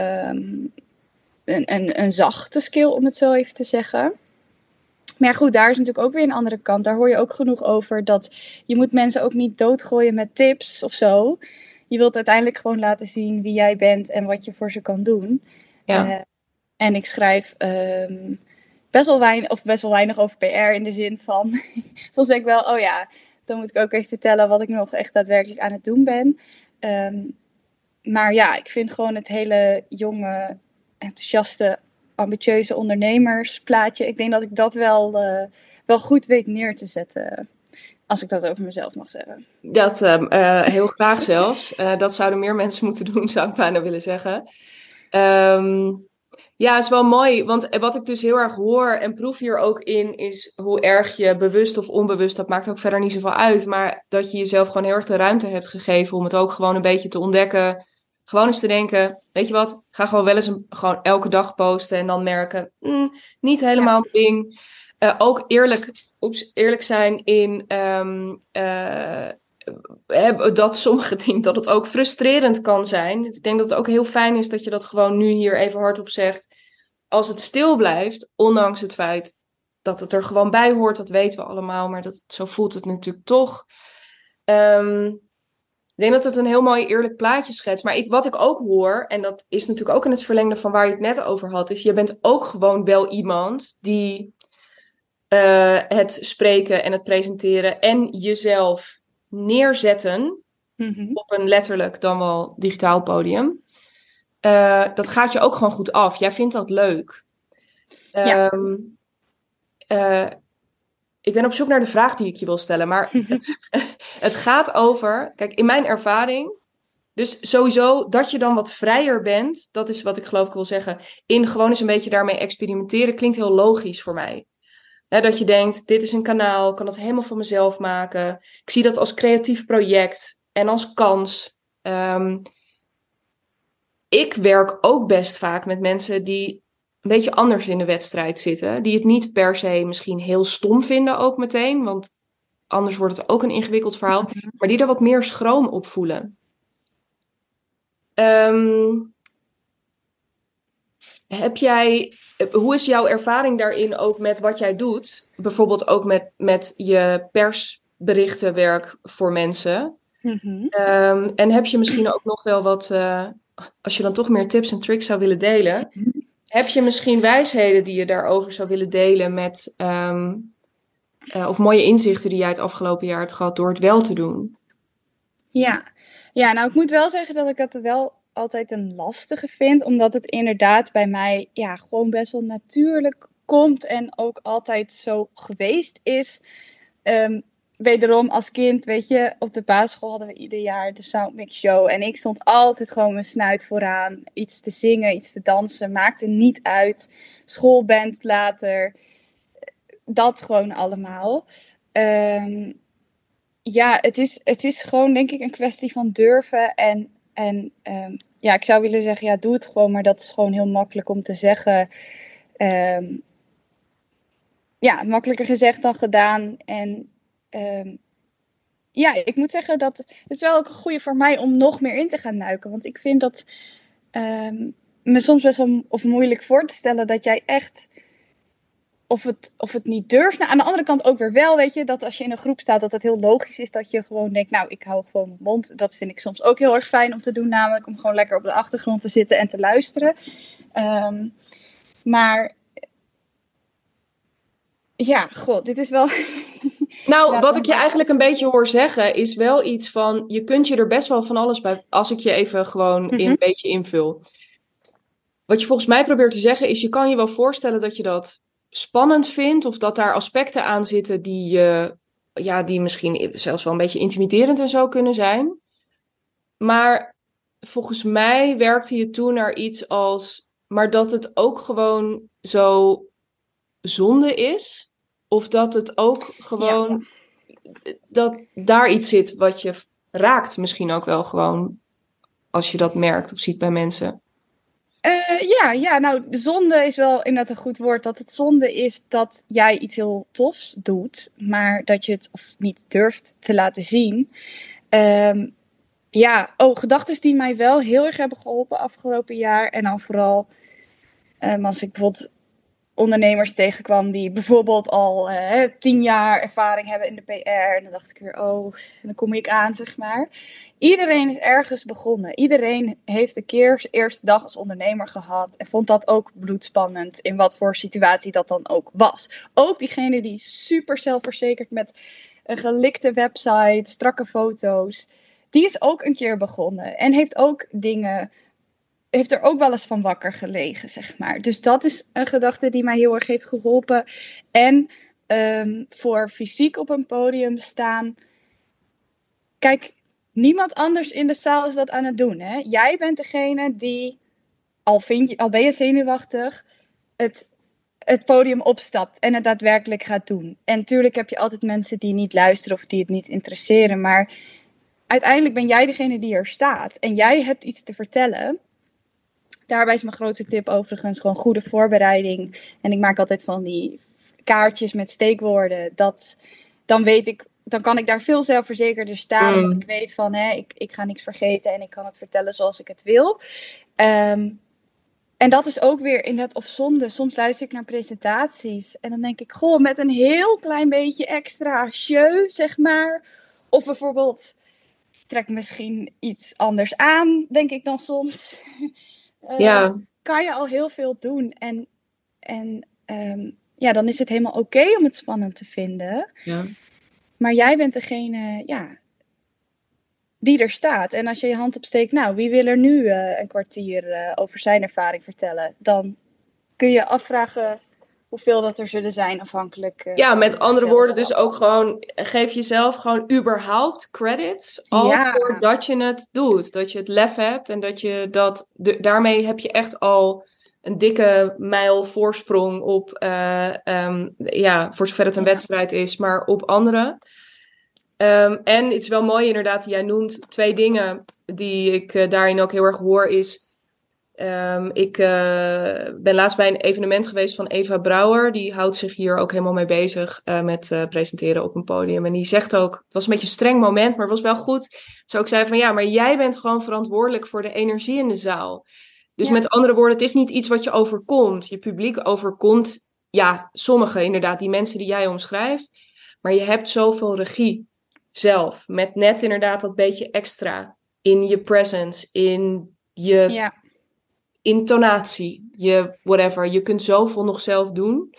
Een zachte skill, om het zo even te zeggen. Maar ja, goed, daar is natuurlijk ook weer een andere kant. Daar hoor je ook genoeg over dat je moet mensen ook niet doodgooien met tips of zo. Je wilt uiteindelijk gewoon laten zien wie jij bent en wat je voor ze kan doen. Ja. En ik schrijf best wel weinig over PR in de zin van... soms denk ik wel, oh ja, dan moet ik ook even vertellen wat ik nog echt daadwerkelijk aan het doen ben. Maar ja, ik vind gewoon het hele jonge, enthousiaste, ambitieuze ondernemersplaatje... Ik denk dat ik dat wel goed weet neer te zetten... Als ik dat over mezelf mag zeggen. Dat heel graag zelfs. Dat zouden meer mensen moeten doen, zou ik bijna willen zeggen. Ja, het is wel mooi. Want wat ik dus heel erg hoor en proef hier ook in... is hoe erg je bewust of onbewust... dat maakt ook verder niet zoveel uit... maar dat je jezelf gewoon heel erg de ruimte hebt gegeven... om het ook gewoon een beetje te ontdekken. Gewoon eens te denken... weet je wat, ga gewoon wel eens gewoon elke dag posten... en dan merken, niet helemaal mijn ding... ook eerlijk zijn in dat sommige dingen, dat het ook frustrerend kan zijn. Ik denk dat het ook heel fijn is dat je dat gewoon nu hier even hardop zegt. Als het stil blijft, ondanks het feit dat het er gewoon bij hoort, dat weten we allemaal, maar zo voelt het natuurlijk toch. Ik denk dat het een heel mooi eerlijk plaatje schetst. Maar wat ik ook hoor, en dat is natuurlijk ook in het verlengde van waar je het net over had, is je bent ook gewoon wel iemand die het spreken en het presenteren en jezelf neerzetten op een letterlijk dan wel digitaal podium. Dat gaat je ook gewoon goed af. Jij vindt dat leuk. Ik ben op zoek naar de vraag die ik je wil stellen, maar het gaat over, kijk, in mijn ervaring, dus sowieso dat je dan wat vrijer bent, dat is wat ik geloof ik wil zeggen, in gewoon eens een beetje daarmee experimenteren, klinkt heel logisch voor mij. Dat je denkt, dit is een kanaal, ik kan dat helemaal voor mezelf maken. Ik zie dat als creatief project en als kans. Ik werk ook best vaak met mensen die een beetje anders in de wedstrijd zitten. Die het niet per se misschien heel stom vinden ook meteen. Want anders wordt het ook een ingewikkeld verhaal. Maar die er wat meer schroom op voelen. Hoe is jouw ervaring daarin ook met wat jij doet? Bijvoorbeeld ook met je persberichtenwerk voor mensen. En heb je misschien ook nog wel wat... als je dan toch meer tips en tricks zou willen delen... heb je misschien wijsheden die je daarover zou willen delen met... of mooie inzichten die jij het afgelopen jaar hebt gehad door het wel te doen? Ja, nou ik moet wel zeggen dat ik dat wel altijd een lastige vind. Omdat het inderdaad bij mij gewoon best wel natuurlijk komt. En ook altijd zo geweest is. Wederom als kind, weet je, op de basisschool hadden we ieder jaar de Soundmix Show. En ik stond altijd gewoon mijn snuit vooraan. Iets te zingen, iets te dansen, maakte niet uit. Schoolband later. Dat gewoon allemaal. Het is gewoon denk ik een kwestie van durven. En ik zou willen zeggen, doe het gewoon. Maar dat is gewoon heel makkelijk om te zeggen. Makkelijker gezegd dan gedaan. En ik moet zeggen dat het is wel ook een goede voor mij om nog meer in te gaan duiken. Want ik vind dat me soms best wel moeilijk voor te stellen dat jij echt... Of het niet durft. Nou, aan de andere kant ook weer wel, weet je, dat als je in een groep staat, dat het heel logisch is dat je gewoon denkt, nou, ik hou gewoon mijn mond. Dat vind ik soms ook heel erg fijn om te doen, namelijk om gewoon lekker op de achtergrond te zitten en te luisteren. Maar dit is wel... Nou, wat ik je eigenlijk een beetje hoor zeggen, is wel iets van, je kunt je er best wel van alles bij, als ik je even gewoon een beetje invul. Wat je volgens mij probeert te zeggen is, je kan je wel voorstellen dat je dat spannend vindt of dat daar aspecten aan zitten die misschien zelfs wel een beetje intimiderend en zo kunnen zijn. Maar volgens mij werkte je toen naar iets als, maar dat het ook gewoon zo zonde is. Of dat het ook gewoon, dat daar iets zit wat je raakt misschien ook wel gewoon, als je dat merkt of ziet bij mensen. Nou, de zonde is wel inderdaad een goed woord. Dat het zonde is dat jij iets heel tofs doet, maar dat je het of niet durft te laten zien. Gedachten die mij wel heel erg hebben geholpen afgelopen jaar. En dan vooral als ik bijvoorbeeld ondernemers tegenkwam die bijvoorbeeld al 10 jaar ervaring hebben in de PR. En dan dacht ik weer, dan kom ik aan, zeg maar. Iedereen is ergens begonnen. Iedereen heeft een keer zijn eerste dag als ondernemer gehad. En vond dat ook bloedspannend, in wat voor situatie dat dan ook was. Ook diegene die super zelfverzekerd met een gelikte website, strakke foto's. Die is ook een keer begonnen. En heeft er ook wel eens van wakker gelegen, zeg maar. Dus dat is een gedachte die mij heel erg heeft geholpen. En voor fysiek op een podium staan. Kijk, niemand anders in de zaal is dat aan het doen. Hè? Jij bent degene die, al ben je zenuwachtig, het podium opstapt en het daadwerkelijk gaat doen. En natuurlijk heb je altijd mensen die niet luisteren of die het niet interesseren. Maar uiteindelijk ben jij degene die er staat. En jij hebt iets te vertellen. Daarbij is mijn grootste tip overigens gewoon goede voorbereiding. En ik maak altijd van die kaartjes met steekwoorden. Dan kan ik daar veel zelfverzekerder staan. Omdat ik weet van, ik ga niks vergeten en ik kan het vertellen zoals ik het wil. En dat is ook weer inderdaad of zonde. Soms luister ik naar presentaties en dan denk ik, met een heel klein beetje extra jeu, zeg maar. Of bijvoorbeeld, trek misschien iets anders aan, denk ik dan soms. Kan je al heel veel doen. En dan is het helemaal oké om het spannend te vinden. Ja. Maar jij bent degene, die er staat. En als je je hand opsteekt, nou, wie wil er nu een kwartier over zijn ervaring vertellen? Dan kun je afvragen hoeveel dat er zullen zijn, afhankelijk. Met andere woorden, dus ook gewoon, geef jezelf gewoon überhaupt credits. Voordat je het doet. Dat je het lef hebt en dat je daarmee heb je echt al een dikke mijl voorsprong op, voor zover het een wedstrijd is, maar op anderen. En het is wel mooi inderdaad, jij noemt 2 dingen die ik daarin ook heel erg hoor is... ik ben laatst bij een evenement geweest van Eva Brouwer. Die houdt zich hier ook helemaal mee bezig met presenteren op een podium. En die zegt ook, het was een beetje een streng moment, maar het was wel goed. Ze ook zei van maar jij bent gewoon verantwoordelijk voor de energie in de zaal. Dus met andere woorden, het is niet iets wat je overkomt. Je publiek overkomt, sommigen inderdaad, die mensen die jij omschrijft. Maar je hebt zoveel regie zelf. Met net inderdaad dat beetje extra in je presence, in je... intonatie, je kunt zoveel nog zelf doen.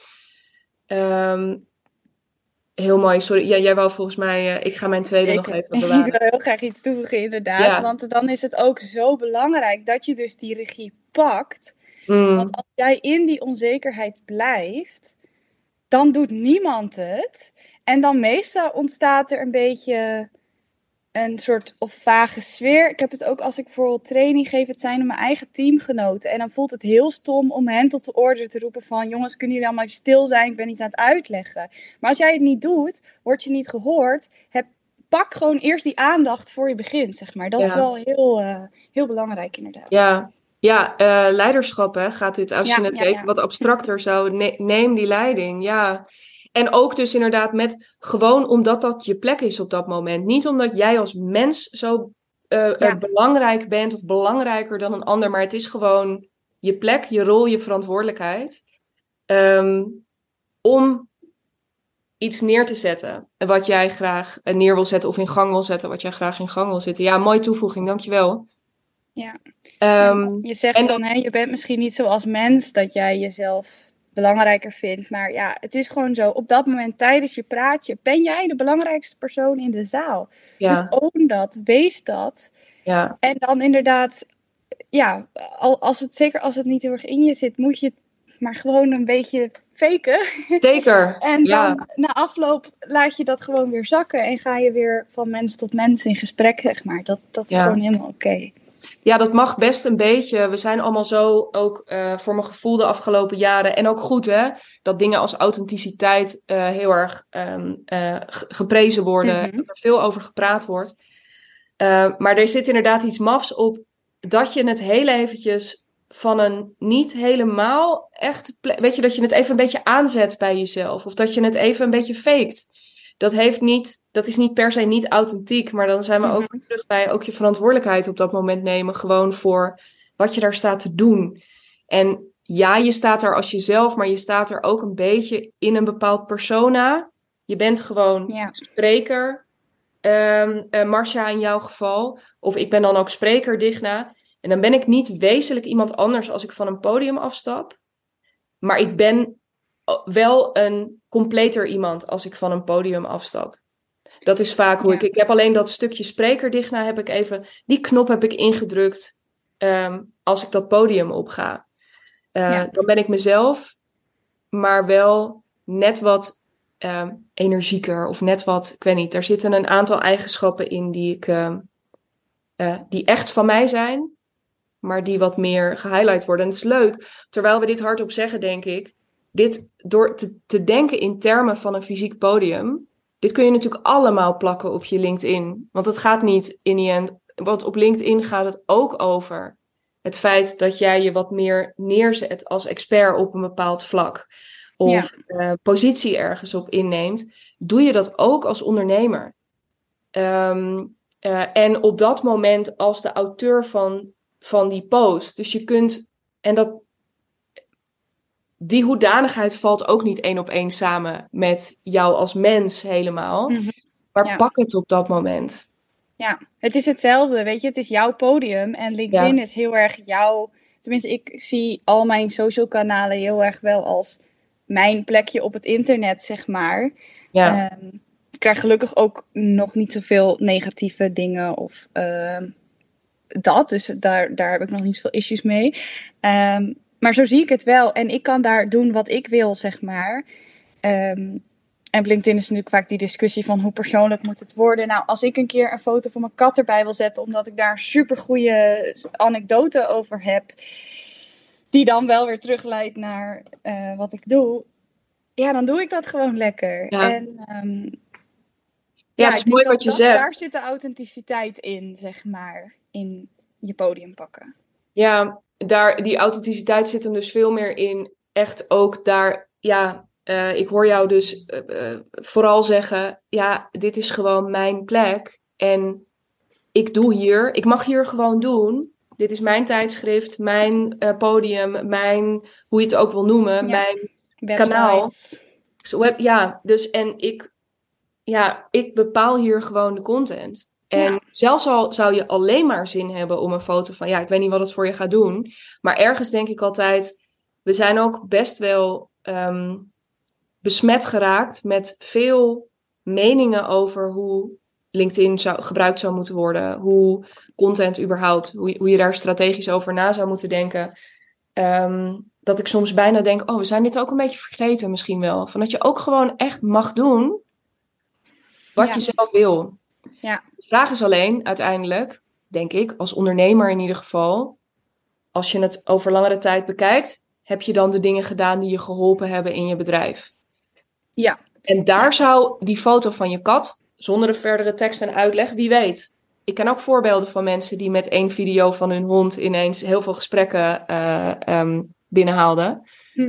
Heel mooi, sorry. Jij wou volgens mij, ik ga mijn tweede nog even bewaren. Ik wil heel graag iets toevoegen, inderdaad. Ja. Want dan is het ook zo belangrijk dat je dus die regie pakt. Want als jij in die onzekerheid blijft, dan doet niemand het. En dan meestal ontstaat er een beetje een soort of vage sfeer. Ik heb het ook als ik bijvoorbeeld training geef. Het zijn mijn eigen teamgenoten. En dan voelt het heel stom om hen tot de orde te roepen van... jongens, kunnen jullie allemaal even stil zijn? Ik ben iets aan het uitleggen. Maar als jij het niet doet, word je niet gehoord. Pak gewoon eerst die aandacht voor je begint, zeg maar. Dat is wel heel belangrijk, inderdaad. Leiderschap gaat dit. Als je het even wat abstracter zou... Neem die leiding, En ook dus inderdaad gewoon omdat dat je plek is op dat moment. Niet omdat jij als mens zo belangrijk bent of belangrijker dan een ander. Maar het is gewoon je plek, je rol, je verantwoordelijkheid. Om iets neer te zetten. Wat jij graag neer wil zetten of in gang wil zetten. Wat jij graag in gang wil zetten. Ja, mooie toevoeging, dankjewel. Ja. Je zegt je bent misschien niet zo als mens dat jij jezelf belangrijker vindt. Maar het is gewoon zo. Op dat moment tijdens je praatje ben jij de belangrijkste persoon in de zaal. Dus own dat, wees dat. Ja. En dan inderdaad, zeker als het niet heel erg in je zit, moet je maar gewoon een beetje faken. Zeker, En ja. dan na afloop laat je dat gewoon weer zakken en ga je weer van mens tot mens in gesprek, zeg maar. Dat is gewoon helemaal oké. Ja, dat mag best een beetje. We zijn allemaal zo ook voor mijn gevoel de afgelopen jaren. En ook goed hè, dat dingen als authenticiteit heel erg geprezen worden. Mhm. Dat er veel over gepraat wordt. Maar er zit inderdaad iets mafs op dat je het heel eventjes van een niet helemaal echt... Weet je, dat je het even een beetje aanzet bij jezelf. Of dat je het even een beetje faked. Dat is niet per se niet authentiek. Maar dan zijn we ook weer terug bij ook je verantwoordelijkheid op dat moment nemen. Gewoon voor wat je daar staat te doen. En ja, je staat er als jezelf. Maar je staat er ook een beetje in een bepaald persona. Je bent gewoon spreker. Marcia in jouw geval. Of ik ben dan ook spreker, Digna. En dan ben ik niet wezenlijk iemand anders als ik van een podium afstap. Maar ik ben wel een completer iemand als ik van een podium afstap. Dat is vaak hoe ik heb alleen dat stukje spreker, Digna, heb ik even... Die knop heb ik ingedrukt als ik dat podium opga. Dan ben ik mezelf, maar wel net wat... energieker of net wat, ik weet niet. Er zitten een aantal eigenschappen in die echt van mij zijn, maar die wat meer gehighlight worden. En het is leuk, terwijl we dit hardop zeggen, denk ik, dit door te denken in termen van een fysiek podium, dit kun je natuurlijk allemaal plakken op je LinkedIn. Want het gaat niet in die end, want op LinkedIn gaat het ook over het feit dat jij je wat meer neerzet als expert op een bepaald vlak. Of positie ergens op inneemt, doe je dat ook als ondernemer. En op dat moment als de auteur van die post. Dus je kunt, en die hoedanigheid valt ook niet 1 op 1 samen met jou als mens helemaal. Maar pak het op dat moment. Ja, het is hetzelfde, weet je. Het is jouw podium en LinkedIn is heel erg jouw... Tenminste, ik zie al mijn social kanalen heel erg wel als mijn plekje op het internet, zeg maar. Ja. Ik krijg gelukkig ook nog niet zoveel negatieve dingen of dat. Dus daar heb ik nog niet zoveel issues mee. Maar zo zie ik het wel. En ik kan daar doen wat ik wil, zeg maar. En op LinkedIn is natuurlijk vaak die discussie van hoe persoonlijk moet het worden. Nou, als ik een keer een foto van mijn kat erbij wil zetten, omdat ik daar een supergoeie anekdote over heb, die dan wel weer terugleidt naar wat ik doe, ja, dan doe ik dat gewoon lekker. Ja. En het is mooi wat je zegt. Daar zit de authenticiteit in, zeg maar, in je podium pakken. Ja, die authenticiteit zit hem dus veel meer in echt ook daar, ik hoor jou dus vooral zeggen, ja, dit is gewoon mijn plek en ik mag hier gewoon doen. Dit is mijn tijdschrift, mijn podium, hoe je het ook wil noemen, mijn website. kanaal. Dus en ik bepaal hier gewoon de content. En zelfs al zou je alleen maar zin hebben om een foto van... ik weet niet wat het voor je gaat doen. Maar ergens denk ik altijd... We zijn ook best wel besmet geraakt met veel meningen over hoe LinkedIn gebruikt zou moeten worden. Hoe content überhaupt, hoe je daar strategisch over na zou moeten denken. Dat ik soms bijna denk, we zijn dit ook een beetje vergeten misschien wel. Van dat je ook gewoon echt mag doen wat je zelf wil. Ja. De vraag is alleen uiteindelijk, denk ik, als ondernemer in ieder geval, als je het over langere tijd bekijkt, heb je dan de dingen gedaan die je geholpen hebben in je bedrijf? Ja. En daar zou die foto van je kat, zonder een verdere tekst en uitleg, wie weet. Ik ken ook voorbeelden van mensen die met 1 video van hun hond ineens heel veel gesprekken binnenhaalden.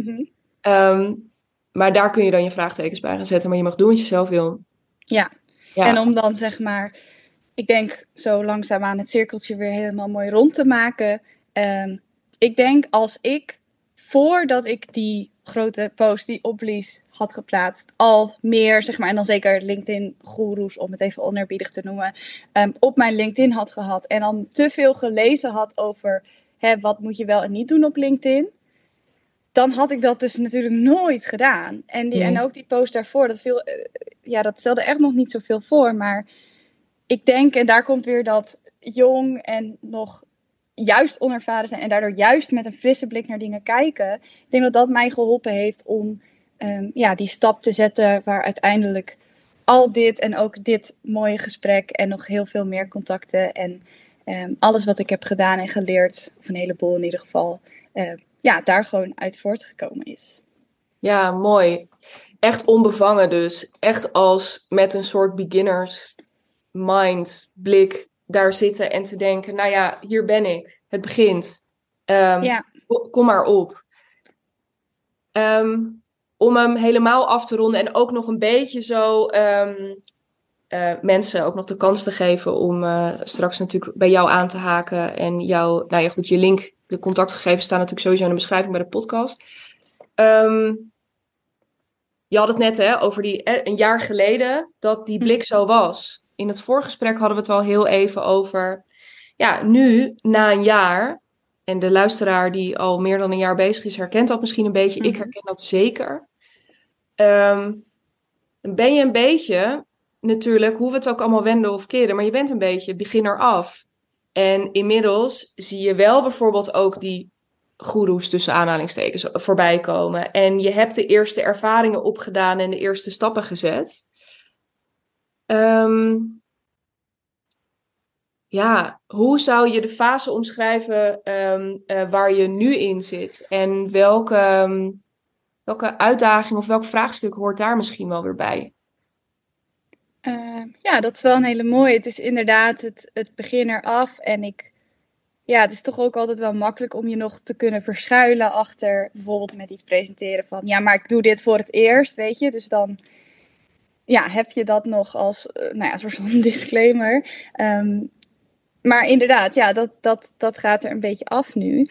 Maar daar kun je dan je vraagtekens bij gaan zetten, maar je mag doen wat je zelf wil. Ja. En om dan zeg maar, ik denk zo langzaamaan het cirkeltje weer helemaal mooi rond te maken. Ik denk als ik, voordat ik die grote post die Opblies had geplaatst, al meer, zeg maar, en dan zeker LinkedIn-goeroes, om het even oneerbiedig te noemen, op mijn LinkedIn had gehad en dan te veel gelezen had over wat moet je wel en niet doen op LinkedIn, dan had ik dat dus natuurlijk nooit gedaan. En ook die post daarvoor, dat stelde echt nog niet zoveel voor. Maar ik denk, en daar komt weer dat jong en nog juist onervaren zijn en daardoor juist met een frisse blik naar dingen kijken. Ik denk dat dat mij geholpen heeft om die stap te zetten waar uiteindelijk al dit en ook dit mooie gesprek en nog heel veel meer contacten en alles wat ik heb gedaan en geleerd, of een heleboel in ieder geval, daar gewoon uit voortgekomen is. Ja, mooi. Echt onbevangen dus. Echt als met een soort beginners mind, blik daar zitten en te denken, nou ja, hier ben ik. Het begint. Kom maar op. Om hem helemaal af te ronden en ook nog een beetje zo mensen ook nog de kans te geven om straks natuurlijk bij jou aan te haken en jou, nou ja goed, je link, de contactgegevens staan natuurlijk sowieso in de beschrijving bij de podcast. Je had het net over een jaar geleden dat die blik zo was. In het voorgesprek hadden we het al heel even over, ja, nu na een jaar, en de luisteraar die al meer dan een jaar bezig is, herkent dat misschien een beetje. Ik herken dat zeker. Dan ben je een beetje, natuurlijk, hoe we het ook allemaal wenden of keren, maar je bent een beetje beginner af. En inmiddels zie je wel bijvoorbeeld ook die goeroes tussen aanhalingstekens voorbij komen. En je hebt de eerste ervaringen opgedaan en de eerste stappen gezet. Hoe zou je de fase omschrijven waar je nu in zit? En welke uitdaging of welk vraagstuk hoort daar misschien wel weer bij? Dat is wel een hele mooie. Het is inderdaad het begin eraf. En het is toch ook altijd wel makkelijk om je nog te kunnen verschuilen achter bijvoorbeeld met iets presenteren van, ja, maar ik doe dit voor het eerst, weet je. Dus dan heb je dat nog als soort van disclaimer. Maar inderdaad, dat gaat er een beetje af nu.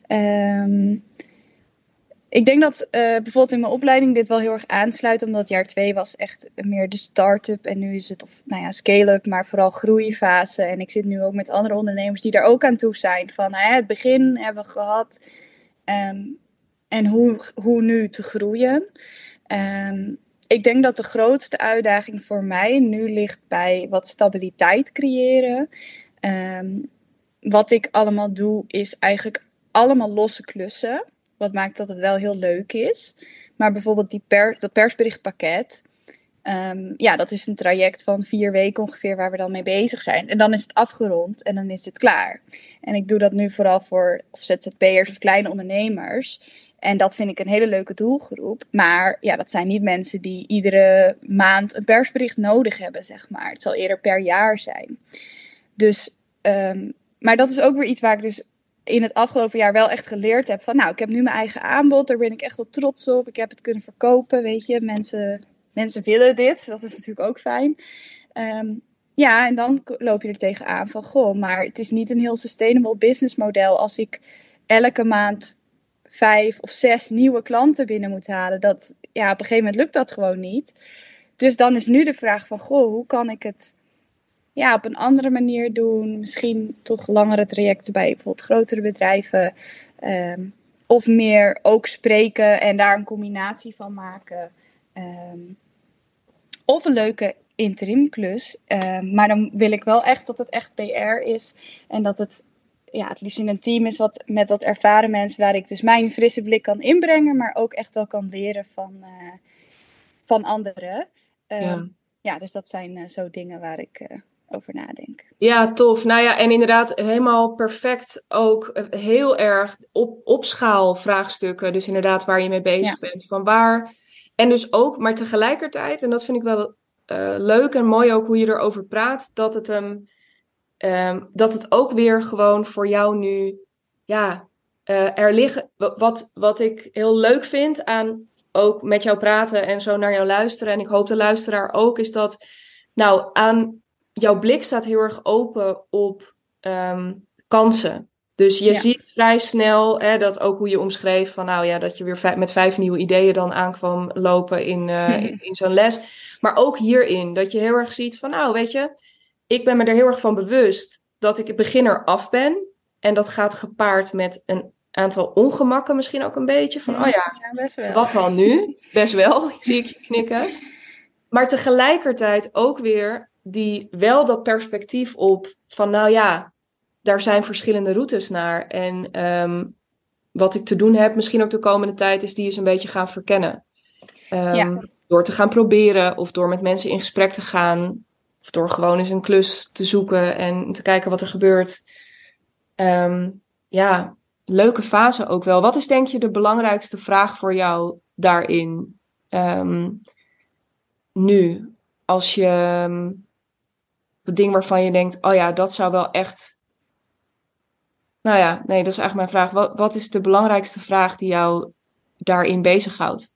Ik denk dat bijvoorbeeld in mijn opleiding dit wel heel erg aansluit, omdat jaar 2 was echt meer de start-up en nu is het scale-up, maar vooral groeifase. En ik zit nu ook met andere ondernemers die daar ook aan toe zijn. Van het begin hebben we gehad en hoe nu te groeien. Ik denk dat de grootste uitdaging voor mij nu ligt bij wat stabiliteit creëren. Wat ik allemaal doe is eigenlijk allemaal losse klussen. Wat maakt dat het wel heel leuk is. Maar bijvoorbeeld dat persberichtpakket. Dat is een traject van 4 weken ongeveer waar we dan mee bezig zijn. En dan is het afgerond en dan is het klaar. En ik doe dat nu vooral voor of ZZP'ers of kleine ondernemers. En dat vind ik een hele leuke doelgroep. Maar dat zijn niet mensen die iedere maand een persbericht nodig hebben, zeg maar. Het zal eerder per jaar zijn. Dus, maar dat is ook weer iets waar ik dus in het afgelopen jaar wel echt geleerd heb van, ik heb nu mijn eigen aanbod, daar ben ik echt wel trots op. Ik heb het kunnen verkopen, weet je. Mensen willen dit, dat is natuurlijk ook fijn. En dan loop je er tegenaan van, maar het is niet een heel sustainable business model als ik elke maand 5 of 6 nieuwe klanten binnen moet halen. Op een gegeven moment lukt dat gewoon niet. Dus dan is nu de vraag van, hoe kan ik het op een andere manier doen. Misschien toch langere trajecten bij bijvoorbeeld grotere bedrijven. Of meer ook spreken en daar een combinatie van maken. Of een leuke interimklus. Maar dan wil ik wel echt dat het echt PR is. En dat het liefst in een team is met wat ervaren mensen. Waar ik dus mijn frisse blik kan inbrengen. Maar ook echt wel kan leren van anderen. Dus dat zijn zo dingen waar ik over nadenk. Ja, tof. Nou ja, en inderdaad helemaal perfect ook heel erg op schaal vraagstukken. Dus inderdaad waar je mee bezig bent. Van waar. En dus ook, maar tegelijkertijd, en dat vind ik wel leuk en mooi ook hoe je erover praat, dat het ook weer gewoon voor jou nu, er liggen, wat ik heel leuk vind aan ook met jou praten en zo naar jou luisteren, en ik hoop de luisteraar ook, is dat aan jouw blik staat heel erg open op kansen. Dus je ziet vrij snel, dat ook hoe je omschreef van dat je weer met 5 nieuwe ideeën dan aankwam lopen in zo'n les. Maar ook hierin, dat je heel erg ziet van weet je, ik ben me er heel erg van bewust dat ik beginner af ben. En dat gaat gepaard met een aantal ongemakken misschien ook een beetje. Van best wel. Wat dan nu? Best wel, zie ik je knikken. Maar tegelijkertijd ook weer dat perspectief op van daar zijn verschillende routes naar. En wat ik te doen heb, misschien ook de komende tijd, is die eens een beetje gaan verkennen. Door te gaan proberen of door met mensen in gesprek te gaan. Of door gewoon eens een klus te zoeken en te kijken wat er gebeurt. Leuke fase ook wel. Wat is denk je de belangrijkste vraag voor jou daarin? Nu, als je het ding waarvan je denkt, oh ja, dat zou wel echt... Nou ja, nee, dat is eigenlijk mijn vraag. Wat is de belangrijkste vraag die jou daarin bezighoudt?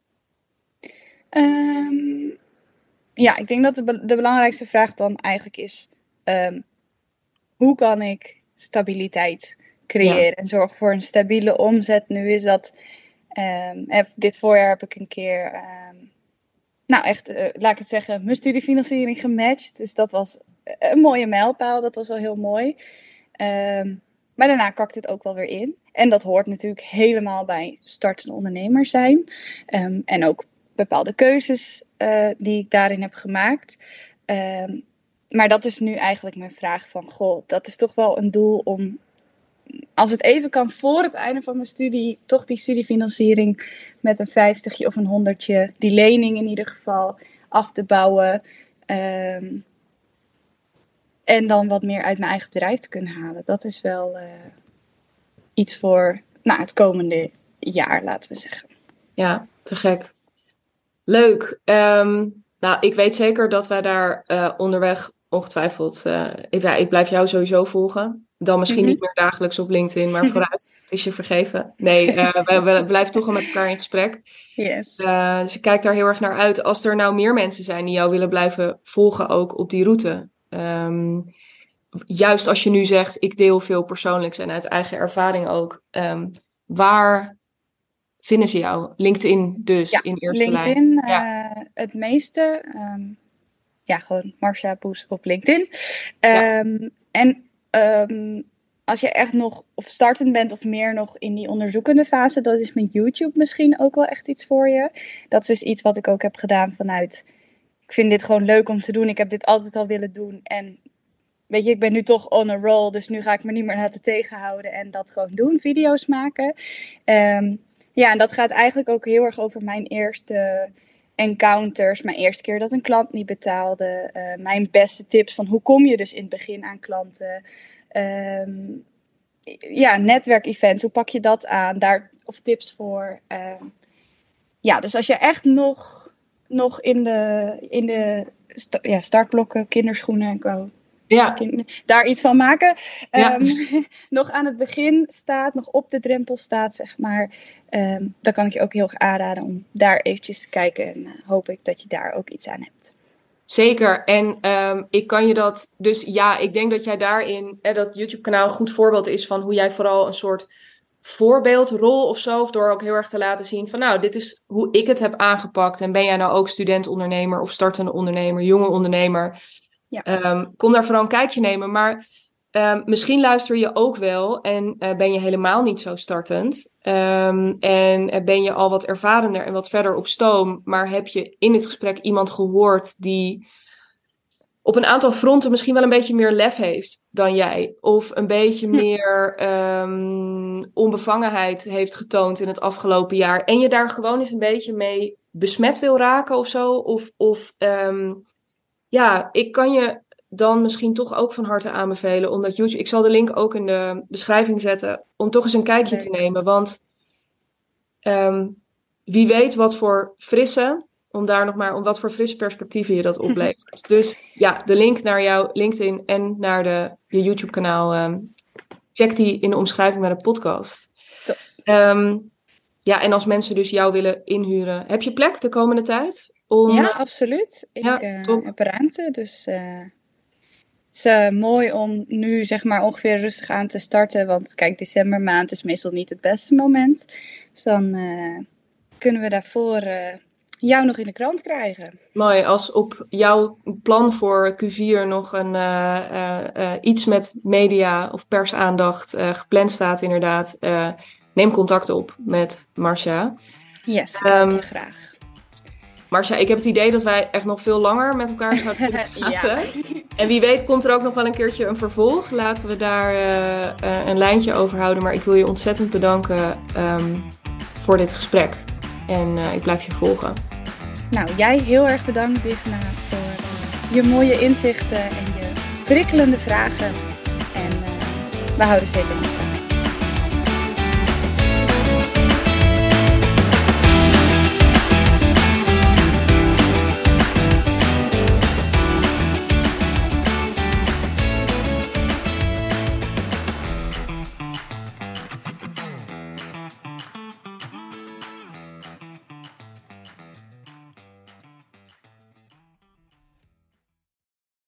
Ik denk dat de belangrijkste vraag dan eigenlijk is... hoe kan ik stabiliteit creëren en zorgen voor een stabiele omzet? Nu is dat... dit voorjaar heb ik een keer... laat ik het zeggen, mijn studiefinanciering gematcht. Dus dat was een mooie mijlpaal. Dat was wel heel mooi. Maar daarna kakt het ook wel weer in. En dat hoort natuurlijk helemaal bij startende ondernemer zijn. En ook bepaalde keuzes die ik daarin heb gemaakt. Maar dat is nu eigenlijk mijn vraag van... Goh, dat is toch wel een doel om... Als het even kan voor het einde van mijn studie... toch die studiefinanciering met een 50 of een 100, die lening in ieder geval, af te bouwen. En dan wat meer uit mijn eigen bedrijf te kunnen halen. Dat is wel iets voor het komende jaar, laten we zeggen. Ja, te gek. Leuk. Ik weet zeker dat wij daar onderweg ongetwijfeld... ik blijf jou sowieso volgen. Dan misschien niet meer dagelijks op LinkedIn, maar vooruit. Het is je vergeven. Nee, we blijven toch wel met elkaar in gesprek. Yes. Dus ik kijk daar heel erg naar uit. Als er nou meer mensen zijn die jou willen blijven volgen ook op die route... juist als je nu zegt, ik deel veel persoonlijks en uit eigen ervaring ook. Waar vinden ze jou? LinkedIn dus in eerste LinkedIn, lijn. Ja, het meeste. Gewoon Marcia Poes op LinkedIn. Als je echt nog of startend bent of meer nog in die onderzoekende fase, dat is met YouTube misschien ook wel echt iets voor je. Dat is dus iets wat ik ook heb gedaan vanuit, ik vind dit gewoon leuk om te doen. Ik heb dit altijd al willen doen en weet je, ik ben nu toch on a roll, dus nu ga ik me niet meer laten tegenhouden en dat gewoon doen, video's maken. En dat gaat eigenlijk ook heel erg over mijn eerste encounters. Mijn eerste keer dat een klant niet betaalde. Mijn beste tips van hoe kom je dus in het begin aan klanten. Netwerkevents, hoe pak je dat aan? Daar, of tips voor. Dus als je echt nog in de startblokken, kinderschoenen, ik wou daar iets van maken. Nog aan het begin staat, nog op de drempel staat, zeg maar. Dan kan ik je ook heel erg aanraden om daar eventjes te kijken. En hoop ik dat je daar ook iets aan hebt. Zeker. En ik kan je dat... Dus ja, ik denk dat jij daarin... dat YouTube-kanaal een goed voorbeeld is van hoe jij vooral een soort voorbeeldrol of zo... of door ook heel erg te laten zien van... dit is hoe ik het heb aangepakt. En ben jij nou ook student-ondernemer of startende ondernemer, jonge ondernemer... Ja. Kom daar vooral een kijkje nemen. Maar misschien luister je ook wel en ben je helemaal niet zo startend. En ben je al wat ervarender en wat verder op stoom. Maar heb je in het gesprek iemand gehoord die op een aantal fronten misschien wel een beetje meer lef heeft dan jij. Of een beetje meer onbevangenheid heeft getoond in het afgelopen jaar. En je daar gewoon eens een beetje mee besmet wil raken of zo. Ik kan je dan misschien toch ook van harte aanbevelen. Omdat YouTube, ik zal de link ook in de beschrijving zetten. Om toch eens een kijkje te nemen. Want wie weet wat voor frisse perspectieven je dat oplevert. Dus ja, de link naar jouw LinkedIn en naar je YouTube kanaal. Check die in de omschrijving bij de podcast. En als mensen dus jou willen inhuren. Heb je plek de komende tijd? Ja, absoluut. Ik heb ruimte, dus het is mooi om nu zeg maar ongeveer rustig aan te starten. Want kijk, decembermaand is meestal niet het beste moment. Dus dan kunnen we daarvoor jou nog in de krant krijgen. Mooi, als op jouw plan voor Q4 nog iets met media of persaandacht gepland staat inderdaad. Neem contact op met Marcia. Yes, graag. Marcia, ik heb het idee dat wij echt nog veel langer met elkaar zouden kunnen praten. En wie weet komt er ook nog wel een keertje een vervolg. Laten we daar een lijntje over houden. Maar ik wil je ontzettend bedanken voor dit gesprek. En ik blijf je volgen. Nou, jij heel erg bedankt, Digna, voor je mooie inzichten en je prikkelende vragen. En we houden zeker niet.